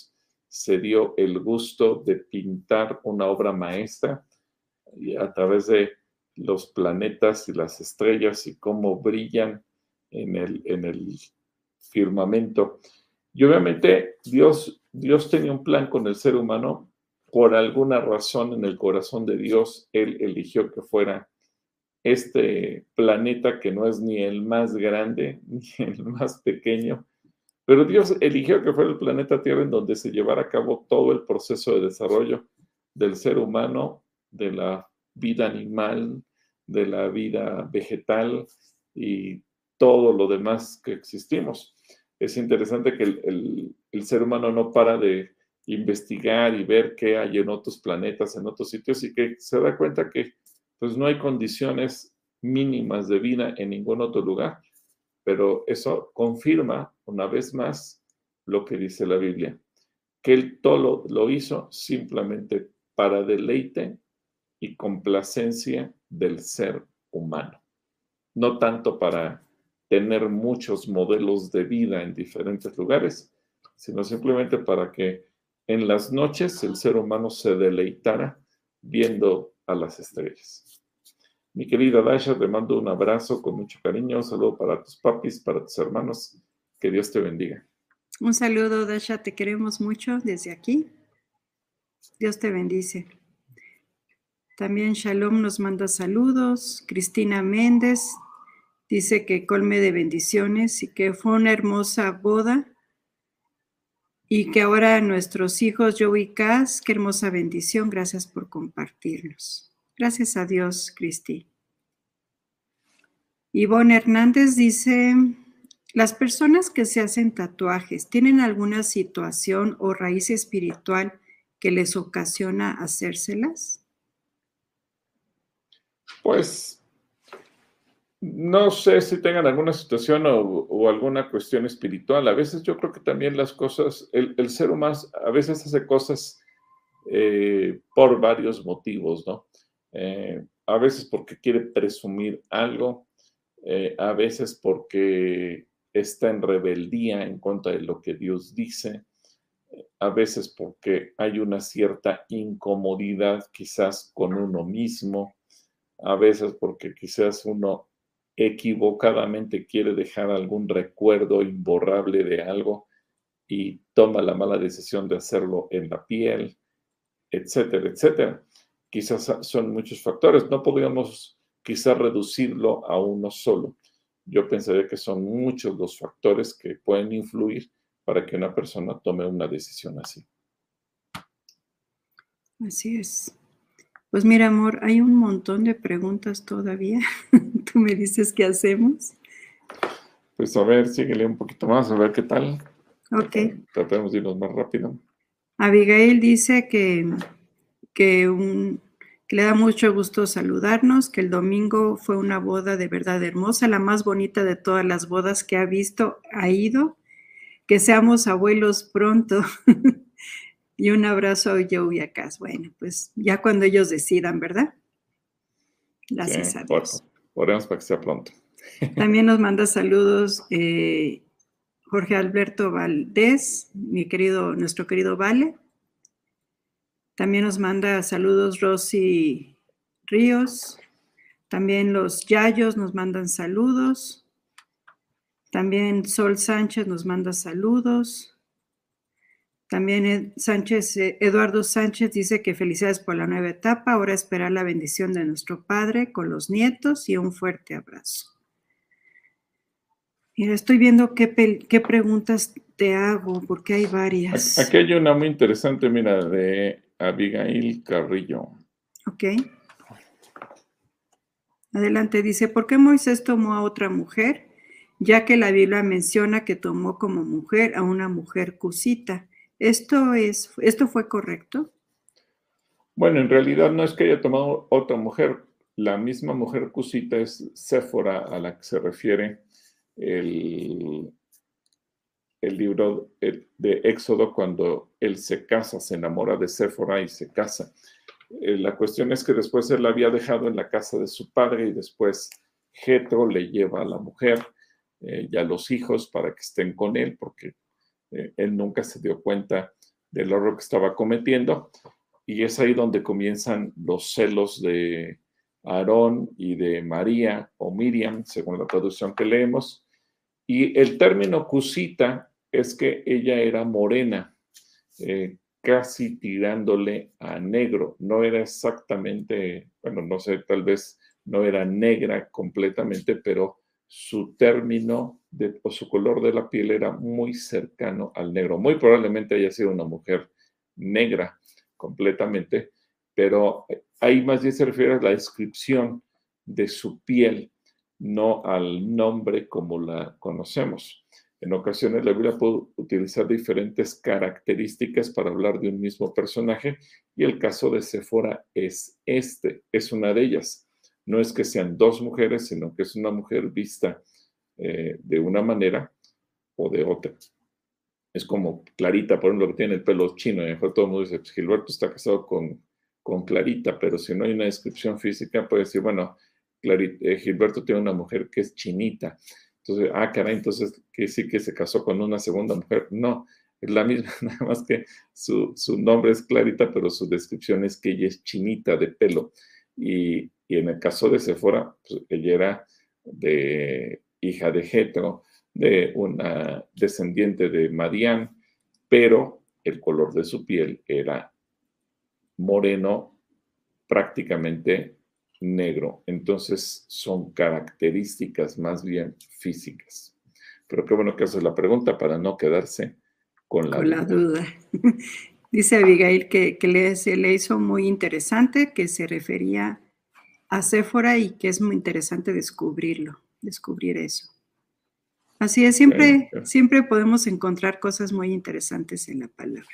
se dio el gusto de pintar una obra maestra y a través de los planetas y las estrellas y cómo brillan en el, en el firmamento. Y obviamente Dios, Dios tenía un plan con el ser humano. Por alguna razón en el corazón de Dios, Él eligió que fuera este planeta que no es ni el más grande ni el más pequeño, pero Dios eligió que fuera el planeta Tierra en donde se llevara a cabo todo el proceso de desarrollo del ser humano, de la vida animal, de la vida vegetal y todo lo demás que existimos. Es interesante que el, el, el ser humano no para de investigar y ver qué hay en otros planetas, en otros sitios, y que se da cuenta que pues no hay condiciones mínimas de vida en ningún otro lugar. Pero eso confirma una vez más lo que dice la Biblia, que Él todo lo, lo hizo simplemente para deleite y complacencia del ser humano, no tanto para tener muchos modelos de vida en diferentes lugares, sino simplemente para que en las noches el ser humano se deleitara viendo a las estrellas. Mi querida Dasha, te mando un abrazo con mucho cariño, un saludo para tus papis, para tus hermanos, que Dios te bendiga. Un saludo, Dasha, te queremos mucho desde aquí. Dios te bendice. También Shalom nos manda saludos. Cristina Méndez dice que colme de bendiciones y que fue una hermosa boda y que ahora nuestros hijos, Joe y Cass, qué hermosa bendición. Gracias por compartirnos. Gracias a Dios, Cristi. Ivonne Hernández dice, ¿las personas que se hacen tatuajes tienen alguna situación o raíz espiritual que les ocasiona hacérselas? Pues no sé si tengan alguna situación o, o alguna cuestión espiritual. A veces yo creo que también las cosas, el, el ser humano a veces hace cosas eh, por varios motivos, ¿no? Eh, a veces porque quiere presumir algo, eh, a veces porque está en rebeldía en contra de lo que Dios dice, a veces porque hay una cierta incomodidad quizás con uno mismo, a veces porque quizás uno equivocadamente quiere dejar algún recuerdo imborrable de algo y toma la mala decisión de hacerlo en la piel, etcétera, etcétera. Quizás son muchos factores, no podríamos quizás reducirlo a uno solo. Yo pensaría que son muchos los factores que pueden influir para que una persona tome una decisión así. Así es. Pues mira, amor, hay un montón de preguntas todavía. Tú me dices qué hacemos. Pues a ver, síguele un poquito más, a ver qué tal. Ok. Tratemos de irnos más rápido. Abigail dice que, que, un, que le da mucho gusto saludarnos, que el domingo fue una boda de verdad hermosa, la más bonita de todas las bodas que ha visto, ha ido, que seamos abuelos pronto. Y un abrazo a Joe y a Cass. Bueno, pues ya cuando ellos decidan, ¿verdad? Gracias Sí, a Dios. Oremos para que sea pronto. También nos manda saludos eh, Jorge Alberto Valdés, mi querido, nuestro querido Vale. También nos manda saludos Rosy Ríos. También los Yayos nos mandan saludos. También Sol Sánchez nos manda saludos. También Sánchez, Eduardo Sánchez dice que felicidades por la nueva etapa. Ahora esperar la bendición de nuestro Padre con los nietos y un fuerte abrazo. Mira, estoy viendo qué, qué preguntas te hago, porque hay varias. Aquí hay una muy interesante, mira, de Abigail Carrillo. Ok. Adelante, dice, ¿por qué Moisés tomó a otra mujer? Ya que la Biblia menciona que tomó como mujer a una mujer cusita. ¿Esto, es, ¿Esto fue correcto? Bueno, en realidad no es que haya tomado otra mujer. La misma mujer cusita es Séfora, a la que se refiere el, el libro de Éxodo, cuando él se casa, se enamora de Séfora y se casa. Eh, la cuestión es que después él la había dejado en la casa de su padre y después Jetro le lleva a la mujer eh, y a los hijos para que estén con él, porque eh, él nunca se dio cuenta del error que estaba cometiendo, y es ahí donde comienzan los celos de Aarón y de María o Miriam, según la traducción que leemos. Y el término cusita es que ella era morena, eh, casi tirándole a negro. No era exactamente, bueno, no sé, tal vez no era negra completamente, pero su término de, o su color de la piel era muy cercano al negro. Muy probablemente haya sido una mujer negra completamente, pero ahí más bien se refiere a la descripción de su piel, no al nombre como la conocemos. En ocasiones la Biblia puede utilizar diferentes características para hablar de un mismo personaje, y el caso de Séfora es este, es una de ellas. No es que sean dos mujeres, sino que es una mujer vista eh, de una manera o de otra. Es como Clarita, por ejemplo, que tiene el pelo chino, y mejor todo el mundo dice, pues Gilberto está casado con, con Clarita, pero si no hay una descripción física, puede decir, bueno, Clarita, eh, Gilberto tiene una mujer que es chinita. Entonces, ah, caray, entonces, ¿qué sí que se casó con una segunda mujer? No, es la misma, nada más que su, su nombre es Clarita, pero su descripción es que ella es chinita de pelo. Y, y en el caso de Séfora, pues, ella era de hija de Jetro, de una descendiente de Madián, pero el color de su piel era moreno, prácticamente negro. Entonces son características más bien físicas. Pero qué bueno que haces la pregunta para no quedarse con la Con la duda. duda. Dice Abigail que, que le, se le hizo muy interesante, que se refería a Séfora y que es muy interesante descubrirlo, descubrir eso. Así es, siempre, Sí, siempre podemos encontrar cosas muy interesantes en la palabra.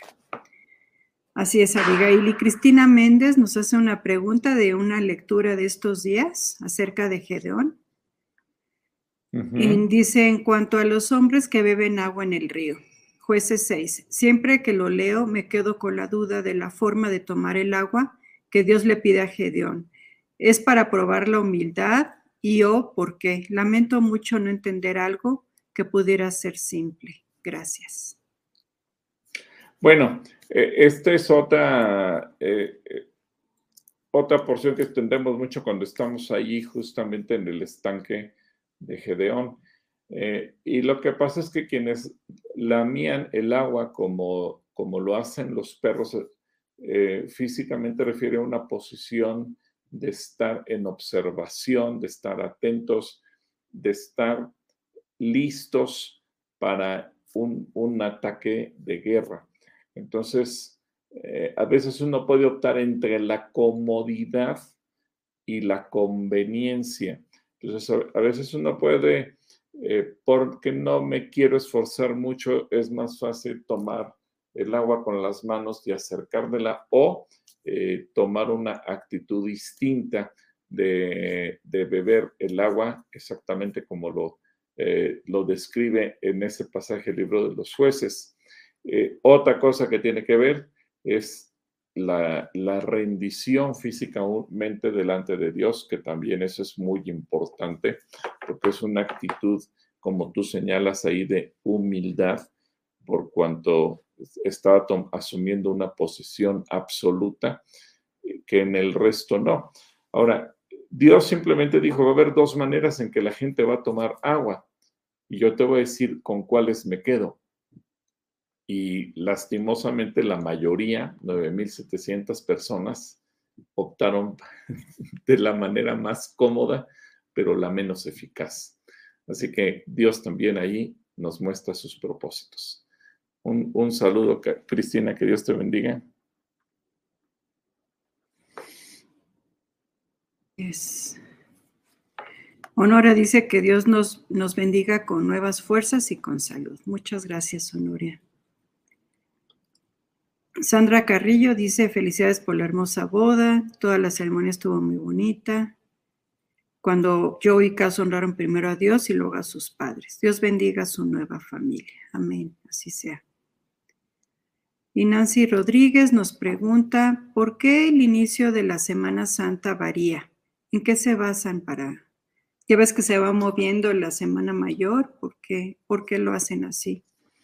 Así es, Abigail. Y Cristina Méndez nos hace una pregunta de una lectura de estos días acerca de Gedeón. uh-huh. En, dice, en cuanto a los hombres que beben agua en el río, Jueces seis, siempre que lo leo me quedo con la duda de la forma de tomar el agua que Dios le pide a Gedeón. ¿Es para probar la humildad? Y o, ¿por qué? Lamento mucho no entender algo que pudiera ser simple. Gracias. Bueno, eh, esta es otra, eh, eh, otra porción que entendemos mucho cuando estamos ahí justamente en el estanque de Gedeón. Eh, y lo que pasa es que quienes lamían el agua como, como lo hacen los perros, eh, físicamente refiere a una posición de estar en observación, de estar atentos, de estar listos para un, un ataque de guerra. Entonces, eh, a veces uno puede optar entre la comodidad y la conveniencia. Entonces, a, a veces uno puede, eh, porque no me quiero esforzar mucho, es más fácil tomar el agua con las manos y acercármela, o eh, tomar una actitud distinta de, de beber el agua exactamente como lo, eh, lo describe en ese pasaje del libro de los Jueces. Eh, otra cosa que tiene que ver es la, la rendición físicamente delante de Dios, que también eso es muy importante, porque es una actitud, como tú señalas ahí, de humildad, por cuanto está asumiendo una posición absoluta que en el resto no. Ahora, Dios simplemente dijo, va a haber dos maneras en que la gente va a tomar agua, y yo te voy a decir con cuáles me quedo. Y lastimosamente la mayoría, nueve mil setecientas personas, optaron de la manera más cómoda, pero la menos eficaz. Así que Dios también ahí nos muestra sus propósitos. Un, un saludo, Cristina, que Dios te bendiga. Yes. Honora dice que Dios nos, nos bendiga con nuevas fuerzas y con salud. Muchas gracias, Honoria. Sandra Carrillo dice, felicidades por la hermosa boda, toda la ceremonia estuvo muy bonita. Cuando Joe y Cass honraron primero a Dios y luego a sus padres. Dios bendiga a su nueva familia. Amén, así sea. Y Nancy Rodríguez nos pregunta, ¿por qué el inicio de la Semana Santa varía? ¿En qué se basan para...? Ya ves que se va moviendo la Semana Mayor, ¿por qué, ¿por qué lo hacen así?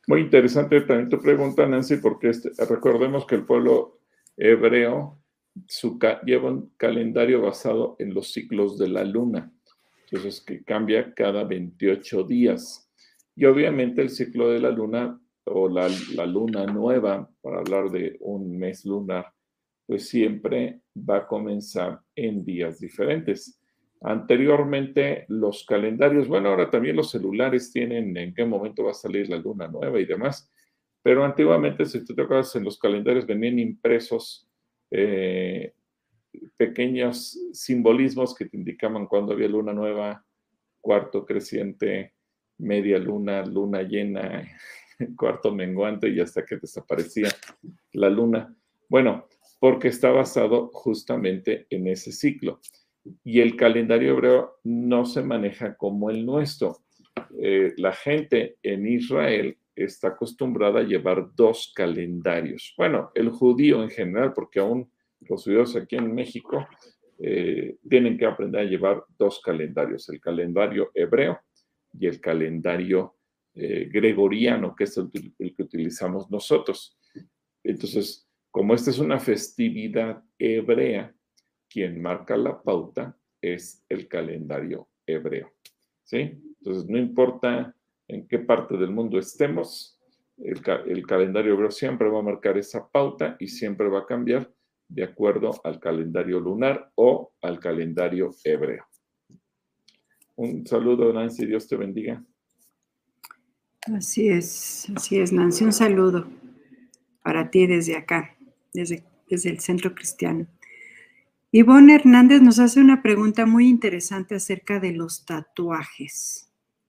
Muy interesante también tu pregunta, Nancy, porque este, recordemos que el pueblo hebreo su lleva un calendario basado en los ciclos de la luna. Entonces, que cambia cada veintiocho días. Y obviamente el ciclo de la luna o la, la luna nueva, para hablar de un mes lunar, pues siempre va a comenzar en días diferentes. Anteriormente los calendarios, bueno, ahora también los celulares tienen en qué momento va a salir la luna nueva y demás, pero antiguamente, si tú te acuerdas, en los calendarios venían impresos eh, pequeños simbolismos que te indicaban cuando había luna nueva, cuarto creciente, media luna, luna llena, cuarto menguante y hasta que desaparecía la luna. Bueno, porque está basado justamente en ese ciclo. Y el calendario hebreo no se maneja como el nuestro. Eh, la gente en Israel está acostumbrada a llevar dos calendarios. Bueno, el judío en general, porque aún los judíos aquí en México eh, tienen que aprender a llevar dos calendarios, el calendario hebreo y el calendario eh, gregoriano, que es el, el que utilizamos nosotros. Entonces, como esta es una festividad hebrea, quien marca la pauta es el calendario hebreo, ¿sí? Entonces, no importa en qué parte del mundo estemos, el, ca el calendario hebreo siempre va a marcar esa pauta y siempre va a cambiar de acuerdo al calendario lunar o al calendario hebreo. Un saludo, Nancy, Dios te bendiga. Así es, así es, Nancy, un saludo para ti desde acá, desde, desde el Centro Cristiano. Ivonne Hernández nos hace una pregunta muy interesante acerca de los tatuajes.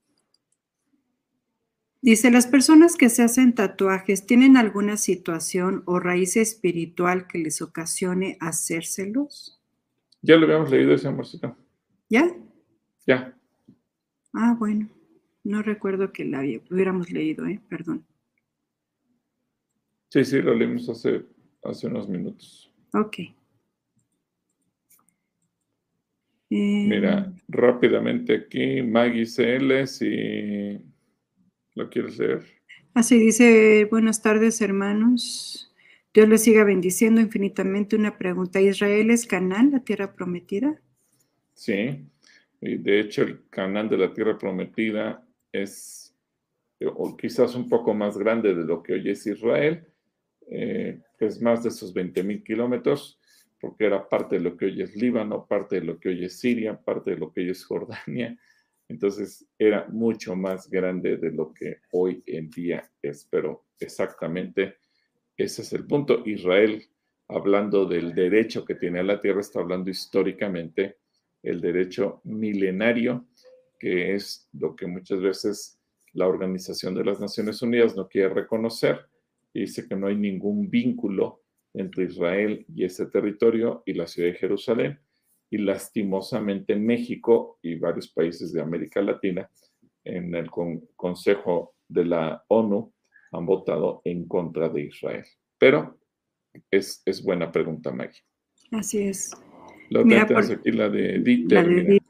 Dice, ¿las personas que se hacen tatuajes tienen alguna situación o raíz espiritual que les ocasione hacérselos? Ya lo habíamos leído ese, amorcito. ¿Ya? Ya. Ah, bueno. No recuerdo que la hubiéramos leído, ¿eh? Perdón. Sí, sí, lo leímos hace, hace unos minutos. Ok. Mira, rápidamente aquí, Maggie C L, si lo quieres leer. Así dice, buenas tardes, hermanos. Dios les siga bendiciendo infinitamente. Una pregunta, ¿Israel es Canaán, la tierra prometida? Sí, y de hecho el Canaán de la tierra prometida es o quizás un poco más grande de lo que hoy es Israel, eh, es más de esos veinte mil kilómetros, porque era parte de lo que hoy es Líbano, parte de lo que hoy es Siria, parte de lo que hoy es Jordania. Entonces era mucho más grande de lo que hoy en día es, pero exactamente ese es el punto. Israel, hablando del derecho que tiene a la tierra, está hablando históricamente el derecho milenario, que es lo que muchas veces la Organización de las Naciones Unidas no quiere reconocer y dice que no hay ningún vínculo entre Israel y ese territorio y la ciudad de Jerusalén. Y lastimosamente México y varios países de América Latina en el con Consejo de la ONU han votado en contra de Israel. Pero es, es buena pregunta, Maggie. Así es. La otra Mira, tenemos por, aquí la de Dieter, la de mira.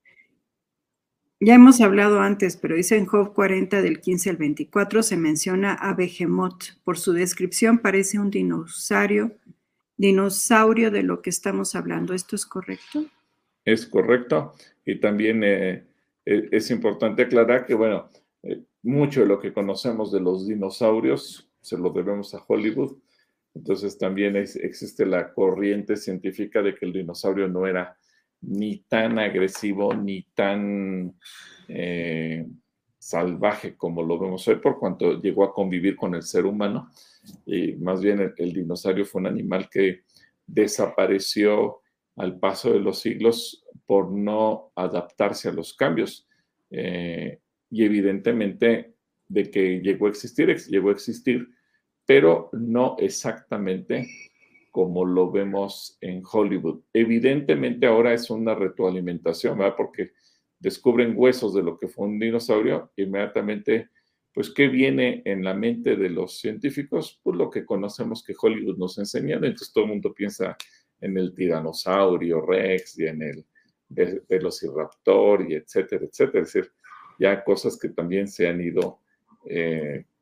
Ya hemos hablado antes, pero dice en Job cuarenta del quince al veinticuatro se menciona a Behemoth. Por su descripción parece un dinosaurio, dinosaurio de lo que estamos hablando. ¿Esto es correcto? Es correcto. Y también eh, es importante aclarar que, bueno, eh, mucho de lo que conocemos de los dinosaurios se lo debemos a Hollywood. Entonces también es, existe la corriente científica de que el dinosaurio no era ni tan agresivo ni tan eh, salvaje como lo vemos hoy, por cuanto llegó a convivir con el ser humano. Y más bien el, el dinosaurio fue un animal que desapareció al paso de los siglos por no adaptarse a los cambios. Eh, y evidentemente de que llegó a existir, llegó a existir, pero no exactamente como lo vemos en Hollywood. Evidentemente ahora es una retroalimentación, ¿verdad? Porque descubren huesos de lo que fue un dinosaurio, inmediatamente, pues, ¿qué viene en la mente de los científicos? Pues lo que conocemos que Hollywood nos ha enseñado, entonces todo el mundo piensa en el tiranosaurio Rex y en el velociraptor y etcétera, etcétera. Es decir, ya cosas que también se han ido eh,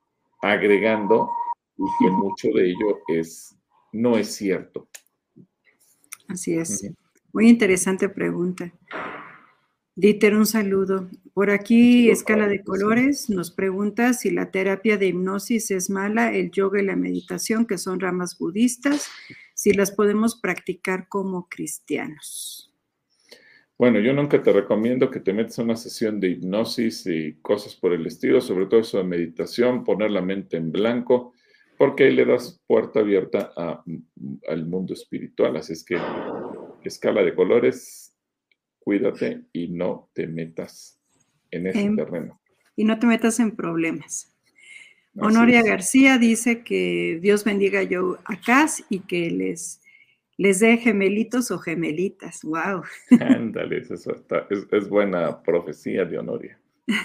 agregando y que mucho de ello es, no es cierto. Así es. Ujú. Muy interesante pregunta. Dieter, un saludo. Por aquí, Un saludo Escala para de ti, sí. Colores nos pregunta si la terapia de hipnosis es mala, el yoga y la meditación, que son ramas budistas, si las podemos practicar como cristianos. Bueno, yo nunca te recomiendo que te metas a una sesión de hipnosis y cosas por el estilo, sobre todo eso de meditación, poner la mente en blanco, porque ahí le das puerta abierta a, al mundo espiritual. Así es que, Escala de Colores, cuídate y no te metas en ese Em, terreno. y no te metas en problemas. Así Honoria es. García dice que Dios bendiga a Joe Acaz y que les, les dé gemelitos o gemelitas. ¡Wow! Ándale, eso está- es, es buena profecía de Honoria.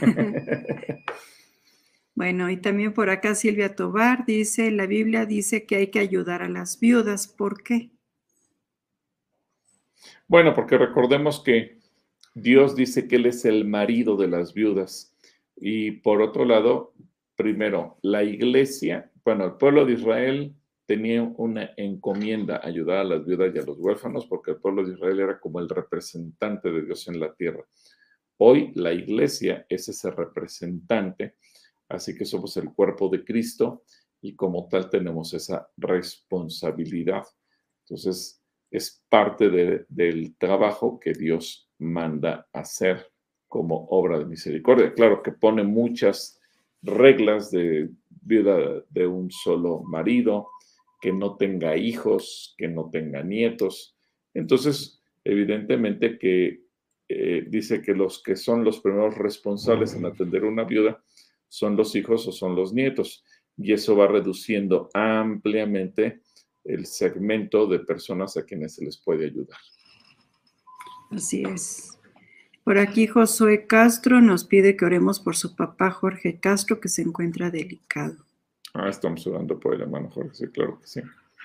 Bueno, y también por acá Silvia Tobar dice, la Biblia dice que hay que ayudar a las viudas. ¿Por qué? Bueno, porque recordemos que Dios dice que Él es el marido de las viudas. Y por otro lado, primero, la iglesia, bueno, el pueblo de Israel tenía una encomienda, ayudar a las viudas y a los huérfanos, porque el pueblo de Israel era como el representante de Dios en la tierra. Hoy la iglesia es ese representante, así que somos el cuerpo de Cristo y como tal tenemos esa responsabilidad. Entonces, es parte de, del trabajo que Dios manda hacer como obra de misericordia. Claro que pone muchas reglas de vida de un solo marido, que no tenga hijos, que no tenga nietos. Entonces, evidentemente que eh, dice que los que son los primeros responsables en atender a una viuda son los hijos o son los nietos. Y eso va reduciendo ampliamente el segmento de personas a quienes se les puede ayudar. Así es. Por aquí Josué Castro nos pide que oremos por su papá Jorge Castro, que se encuentra delicado. Ah, estamos orando por el hermano Jorge, sí, claro que sí.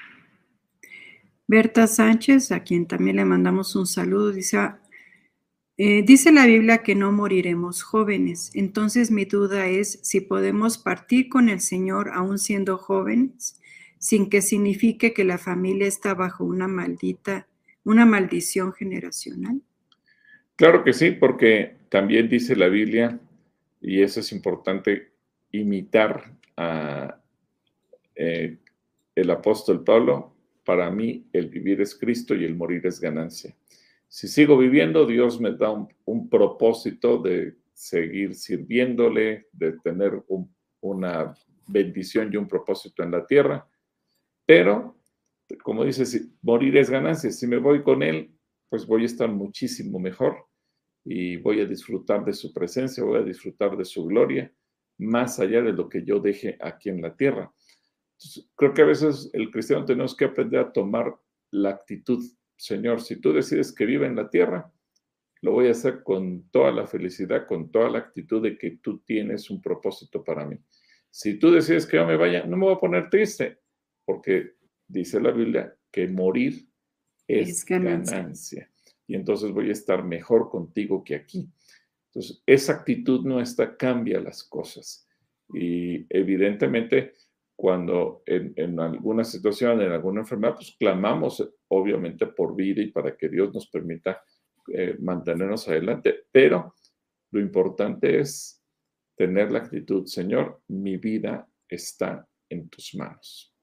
Berta Sánchez, a quien también le mandamos un saludo, dice, eh, dice la Biblia que no moriremos jóvenes. Entonces mi duda es si podemos partir con el Señor aún siendo jóvenes, sin que signifique que la familia está bajo una maldita, una maldición generacional. Claro que sí, porque también dice la Biblia, y eso es importante, imitar a eh, el apóstol Pablo, para mí el vivir es Cristo y el morir es ganancia. Si sigo viviendo, Dios me da un, un propósito de seguir sirviéndole, de tener un, una bendición y un propósito en la tierra, pero, como dice, si morir es ganancia. Si me voy con Él, pues voy a estar muchísimo mejor y voy a disfrutar de su presencia, voy a disfrutar de su gloria, más allá de lo que yo deje aquí en la tierra. Entonces, creo que a veces el cristiano tenemos que aprender a tomar la actitud, Señor, si tú decides que viva en la tierra, lo voy a hacer con toda la felicidad, con toda la actitud de que tú tienes un propósito para mí. Si tú decides que yo me vaya, no me voy a poner triste, porque dice la Biblia que morir Es es ganancia. ganancia. Y entonces voy a estar mejor contigo que aquí. Entonces, esa actitud nuestra cambia las cosas. Y evidentemente, cuando en, en alguna situación, en alguna enfermedad, pues clamamos obviamente por vida y para que Dios nos permita eh, mantenernos adelante. Pero lo importante es tener la actitud, Señor, mi vida está en tus manos.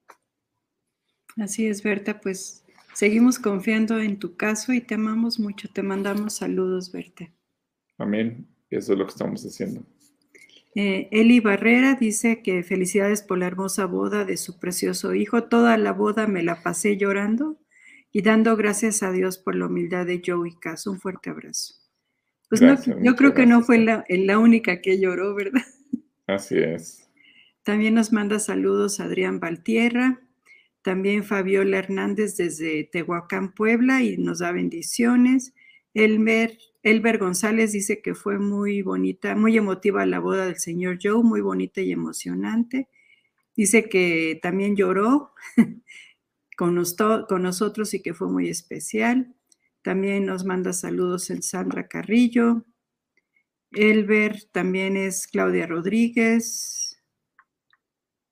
Así es, Berta, pues seguimos confiando en tu caso y te amamos mucho. Te mandamos saludos, Berta. Amén. Eso es lo que estamos haciendo. Eh, Eli Barrera dice que felicidades por la hermosa boda de su precioso hijo. Toda la boda me la pasé llorando y dando gracias a Dios por la humildad de Joe y Cas. Un fuerte abrazo. Pues no, Gracias, yo muchas creo que no gracias. fue la, la única que lloró, ¿verdad? Así es. También nos manda saludos Adrián Valtierra, también Fabiola Hernández desde Tehuacán, Puebla, y nos da bendiciones. Elmer, Elber González dice que fue muy bonita, muy emotiva la boda del señor Joe, muy bonita y emocionante. Dice que también lloró con, nos, con nosotros y que fue muy especial. También nos manda saludos el Sandra Carrillo. Elber también es Claudia Rodríguez.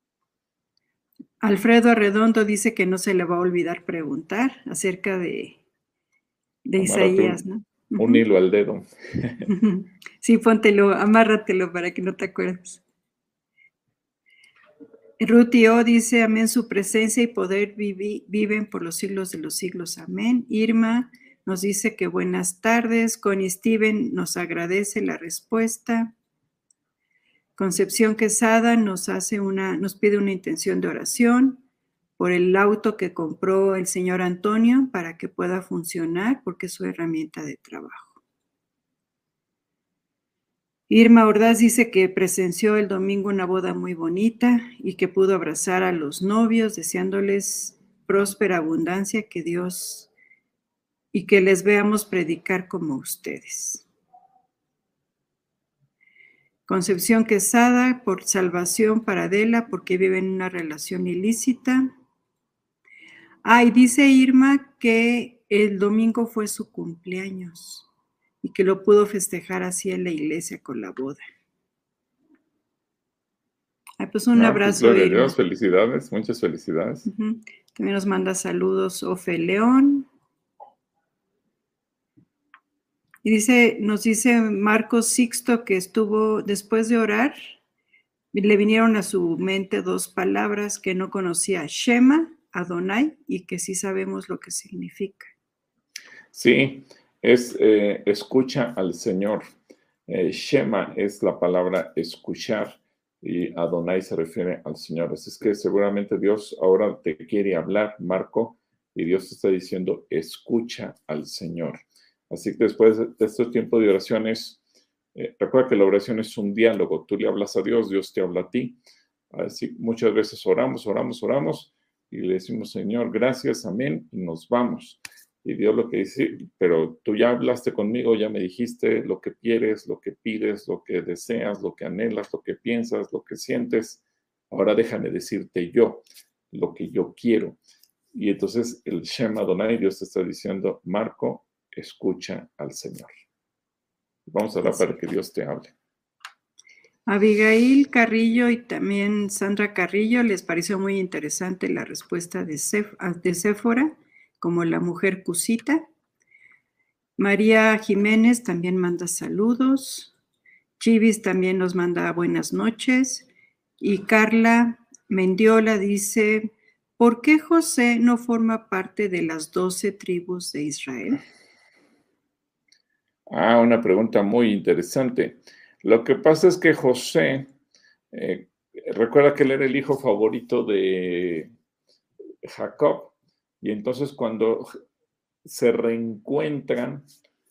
Alfredo Arredondo dice que no se le va a olvidar preguntar acerca de, de Amárrate Isaías, un, ¿no? un Ujú. hilo al dedo. Sí, póntelo, amárratelo para que no te acuerdes. Ruti O dice, amén, su presencia y poder vivi, viven por los siglos de los siglos, amén. Irma nos dice que buenas tardes. Connie Steven nos agradece la respuesta. Concepción Quesada nos hace una, nos pide una intención de oración por el auto que compró el señor Antonio para que pueda funcionar porque es su herramienta de trabajo. Irma Ordaz dice que presenció el domingo una boda muy bonita y que pudo abrazar a los novios deseándoles próspera abundancia, que Dios y que les veamos predicar como ustedes. Concepción Quesada, por salvación para Adela, porque vive en una relación ilícita. Ah, y dice Irma que el domingo fue su cumpleaños y que lo pudo festejar así en la iglesia con la boda. Ay, pues un Ah, pues abrazo, gloria a Irma. Dios, felicidades, muchas felicidades. Uh-huh. También nos manda saludos Ofe León. Y dice, nos dice Marcos Sixto que estuvo, después de orar, le vinieron a su mente dos palabras que no conocía, Shema, Adonai, y que sí sabemos lo que significa. Sí, es eh, escucha al Señor. Eh, Shema es la palabra escuchar y Adonai se refiere al Señor. Así es que seguramente Dios ahora te quiere hablar, Marco, y Dios te está diciendo, escucha al Señor. Así que después de este tiempo de oraciones, eh, recuerda que la oración es un diálogo. Tú le hablas a Dios, Dios te habla a ti. Así muchas veces oramos, oramos, oramos y le decimos, Señor, gracias, amén, y nos vamos. Y Dios lo que dice, pero tú ya hablaste conmigo, ya me dijiste lo que quieres, lo que pides, lo que deseas, lo que anhelas, lo que piensas, lo que sientes. Ahora déjame decirte yo lo que yo quiero. Y entonces el Shema Adonai, Dios te está diciendo, Marco, escucha al Señor. Vamos a orar para que Dios te hable. Abigail Carrillo y también Sandra Carrillo les pareció muy interesante la respuesta de, Cef- de Séfora, como la mujer cusita. María Jiménez también manda saludos. Chivis también nos manda buenas noches. Y Carla Mendiola dice, ¿por qué José no forma parte de las doce tribus de Israel? Ah, una pregunta muy interesante. Lo que pasa es que José, eh, recuerda que él era el hijo favorito de Jacob, y entonces cuando se reencuentran,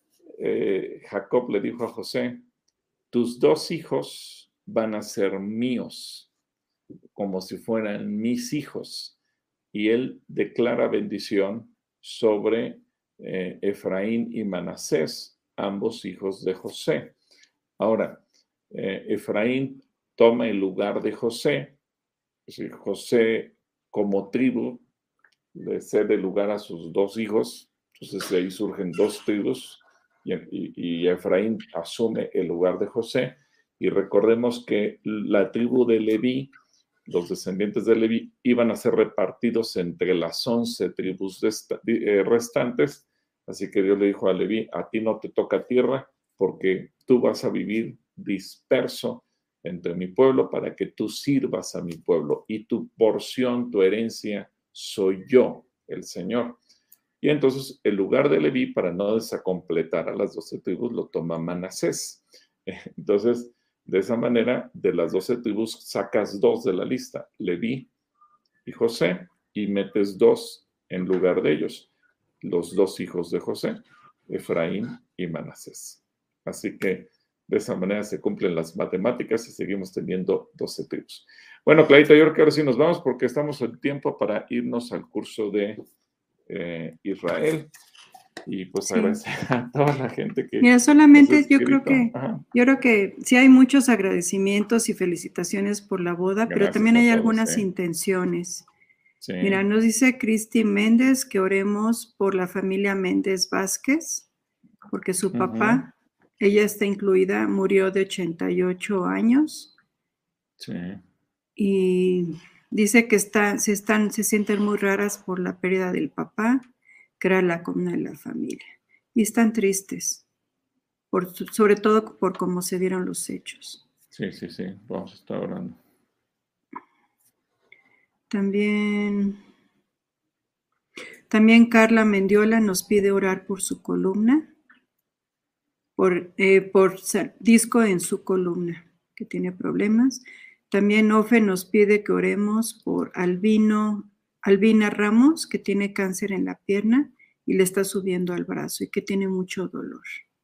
eh, Jacob le dijo a José, tus dos hijos van a ser míos, como si fueran mis hijos. Y él declara bendición sobre eh, Efraín y Manasés, ambos hijos de José. Ahora, eh, Efraín toma el lugar de José, es decir, José como tribu le cede lugar a sus dos hijos, entonces de ahí surgen dos tribus y, y, y Efraín asume el lugar de José. Y recordemos que la tribu de Leví, los descendientes de Leví, iban a ser repartidos entre las once tribus restantes. Así que Dios le dijo a Leví, a ti no te toca tierra porque tú vas a vivir disperso entre mi pueblo para que tú sirvas a mi pueblo y tu porción, tu herencia, soy yo, el Señor. Y entonces el lugar de Leví, para no desacompletar a las doce tribus, lo toma Manasés. Entonces, de esa manera, de las doce tribus sacas dos de la lista, Leví y José, y metes dos en lugar de ellos, los dos hijos de José, Efraín y Manasés. Así que de esa manera se cumplen las matemáticas y seguimos teniendo doce tribus. Bueno, Clarita, yo creo que ahora sí nos vamos porque estamos en tiempo para irnos al curso de eh, Israel. Y pues sí, agradecer a toda la gente que Mira, solamente nos ha yo creo que Ajá. yo creo que sí hay muchos agradecimientos y felicitaciones por la boda, Gracias pero también hay todos, algunas ¿eh? intenciones. Sí. Mira, nos dice Cristi Méndez que oremos por la familia Méndez Vázquez, porque su papá, uh-huh. ella está incluida, murió de ochenta y ocho años. Sí. Y Dice que está, se, están, se sienten muy raras por la pérdida del papá, que era la columna de la familia. Y están tristes, por, sobre todo por cómo se dieron los hechos. Sí, sí, sí, vamos a estar orando. También, también Carla Mendiola nos pide orar por su columna, por, eh, por disco en su columna, que tiene problemas. También Ofe nos pide que oremos por Albino, Albina Ramos, que tiene cáncer en la pierna y le está subiendo al brazo y que tiene mucho dolor.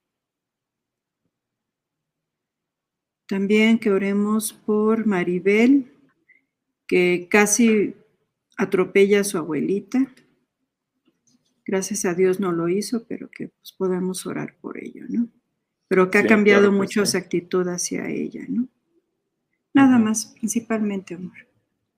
También que oremos por Maribel, que casi atropella a su abuelita. Gracias a Dios no lo hizo, pero que pues, podamos orar por ello, ¿no? Pero que sí, ha cambiado claro que mucho sí. Su actitud hacia ella, ¿no? Nada uh-huh. más, principalmente, amor.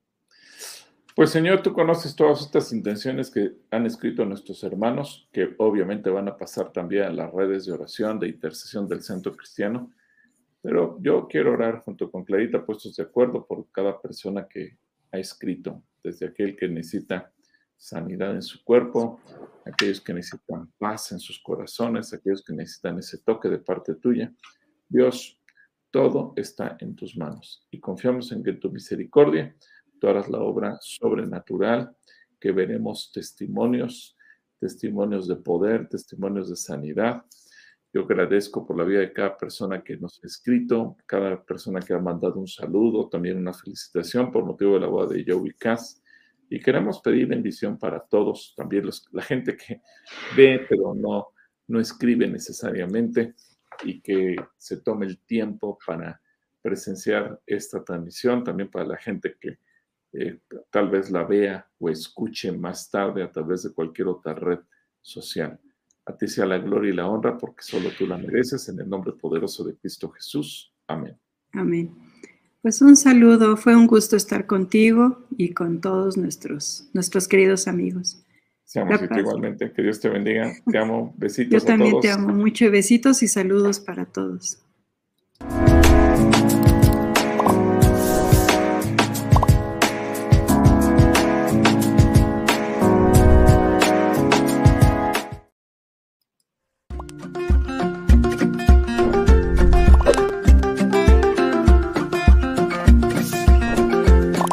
Pues, Señor, tú conoces todas estas intenciones que han escrito nuestros hermanos, que obviamente van a pasar también a las redes de oración, de intercesión del Centro Cristiano. Pero yo quiero orar junto con Clarita, puestos de acuerdo por cada persona que ha escrito, desde aquel que necesita sanidad en su cuerpo, aquellos que necesitan paz en sus corazones, aquellos que necesitan ese toque de parte tuya. Dios, todo está en tus manos y confiamos en que en tu misericordia tú harás la obra sobrenatural, que veremos testimonios, testimonios de poder, testimonios de sanidad. Yo agradezco por la vida de cada persona que nos ha escrito, cada persona que ha mandado un saludo, también una felicitación por motivo de la boda de Joey Cass. Y queremos pedir bendición para todos, también los, la gente que ve pero no, no escribe necesariamente, y que se tome el tiempo para presenciar esta transmisión, también para la gente que eh, tal vez la vea o escuche más tarde a través de cualquier otra red social. A ti sea la gloria y la honra, porque solo tú la mereces, en el nombre poderoso de Cristo Jesús. Amén. Amén. Pues un saludo, fue un gusto estar contigo y con todos nuestros, nuestros queridos amigos. Seamos igualmente, que Dios te bendiga, te amo, besitos a todos. Yo también te amo mucho, besitos y saludos para todos.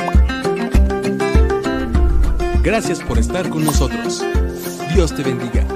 Gracias por estar con nosotros. Dios te bendiga.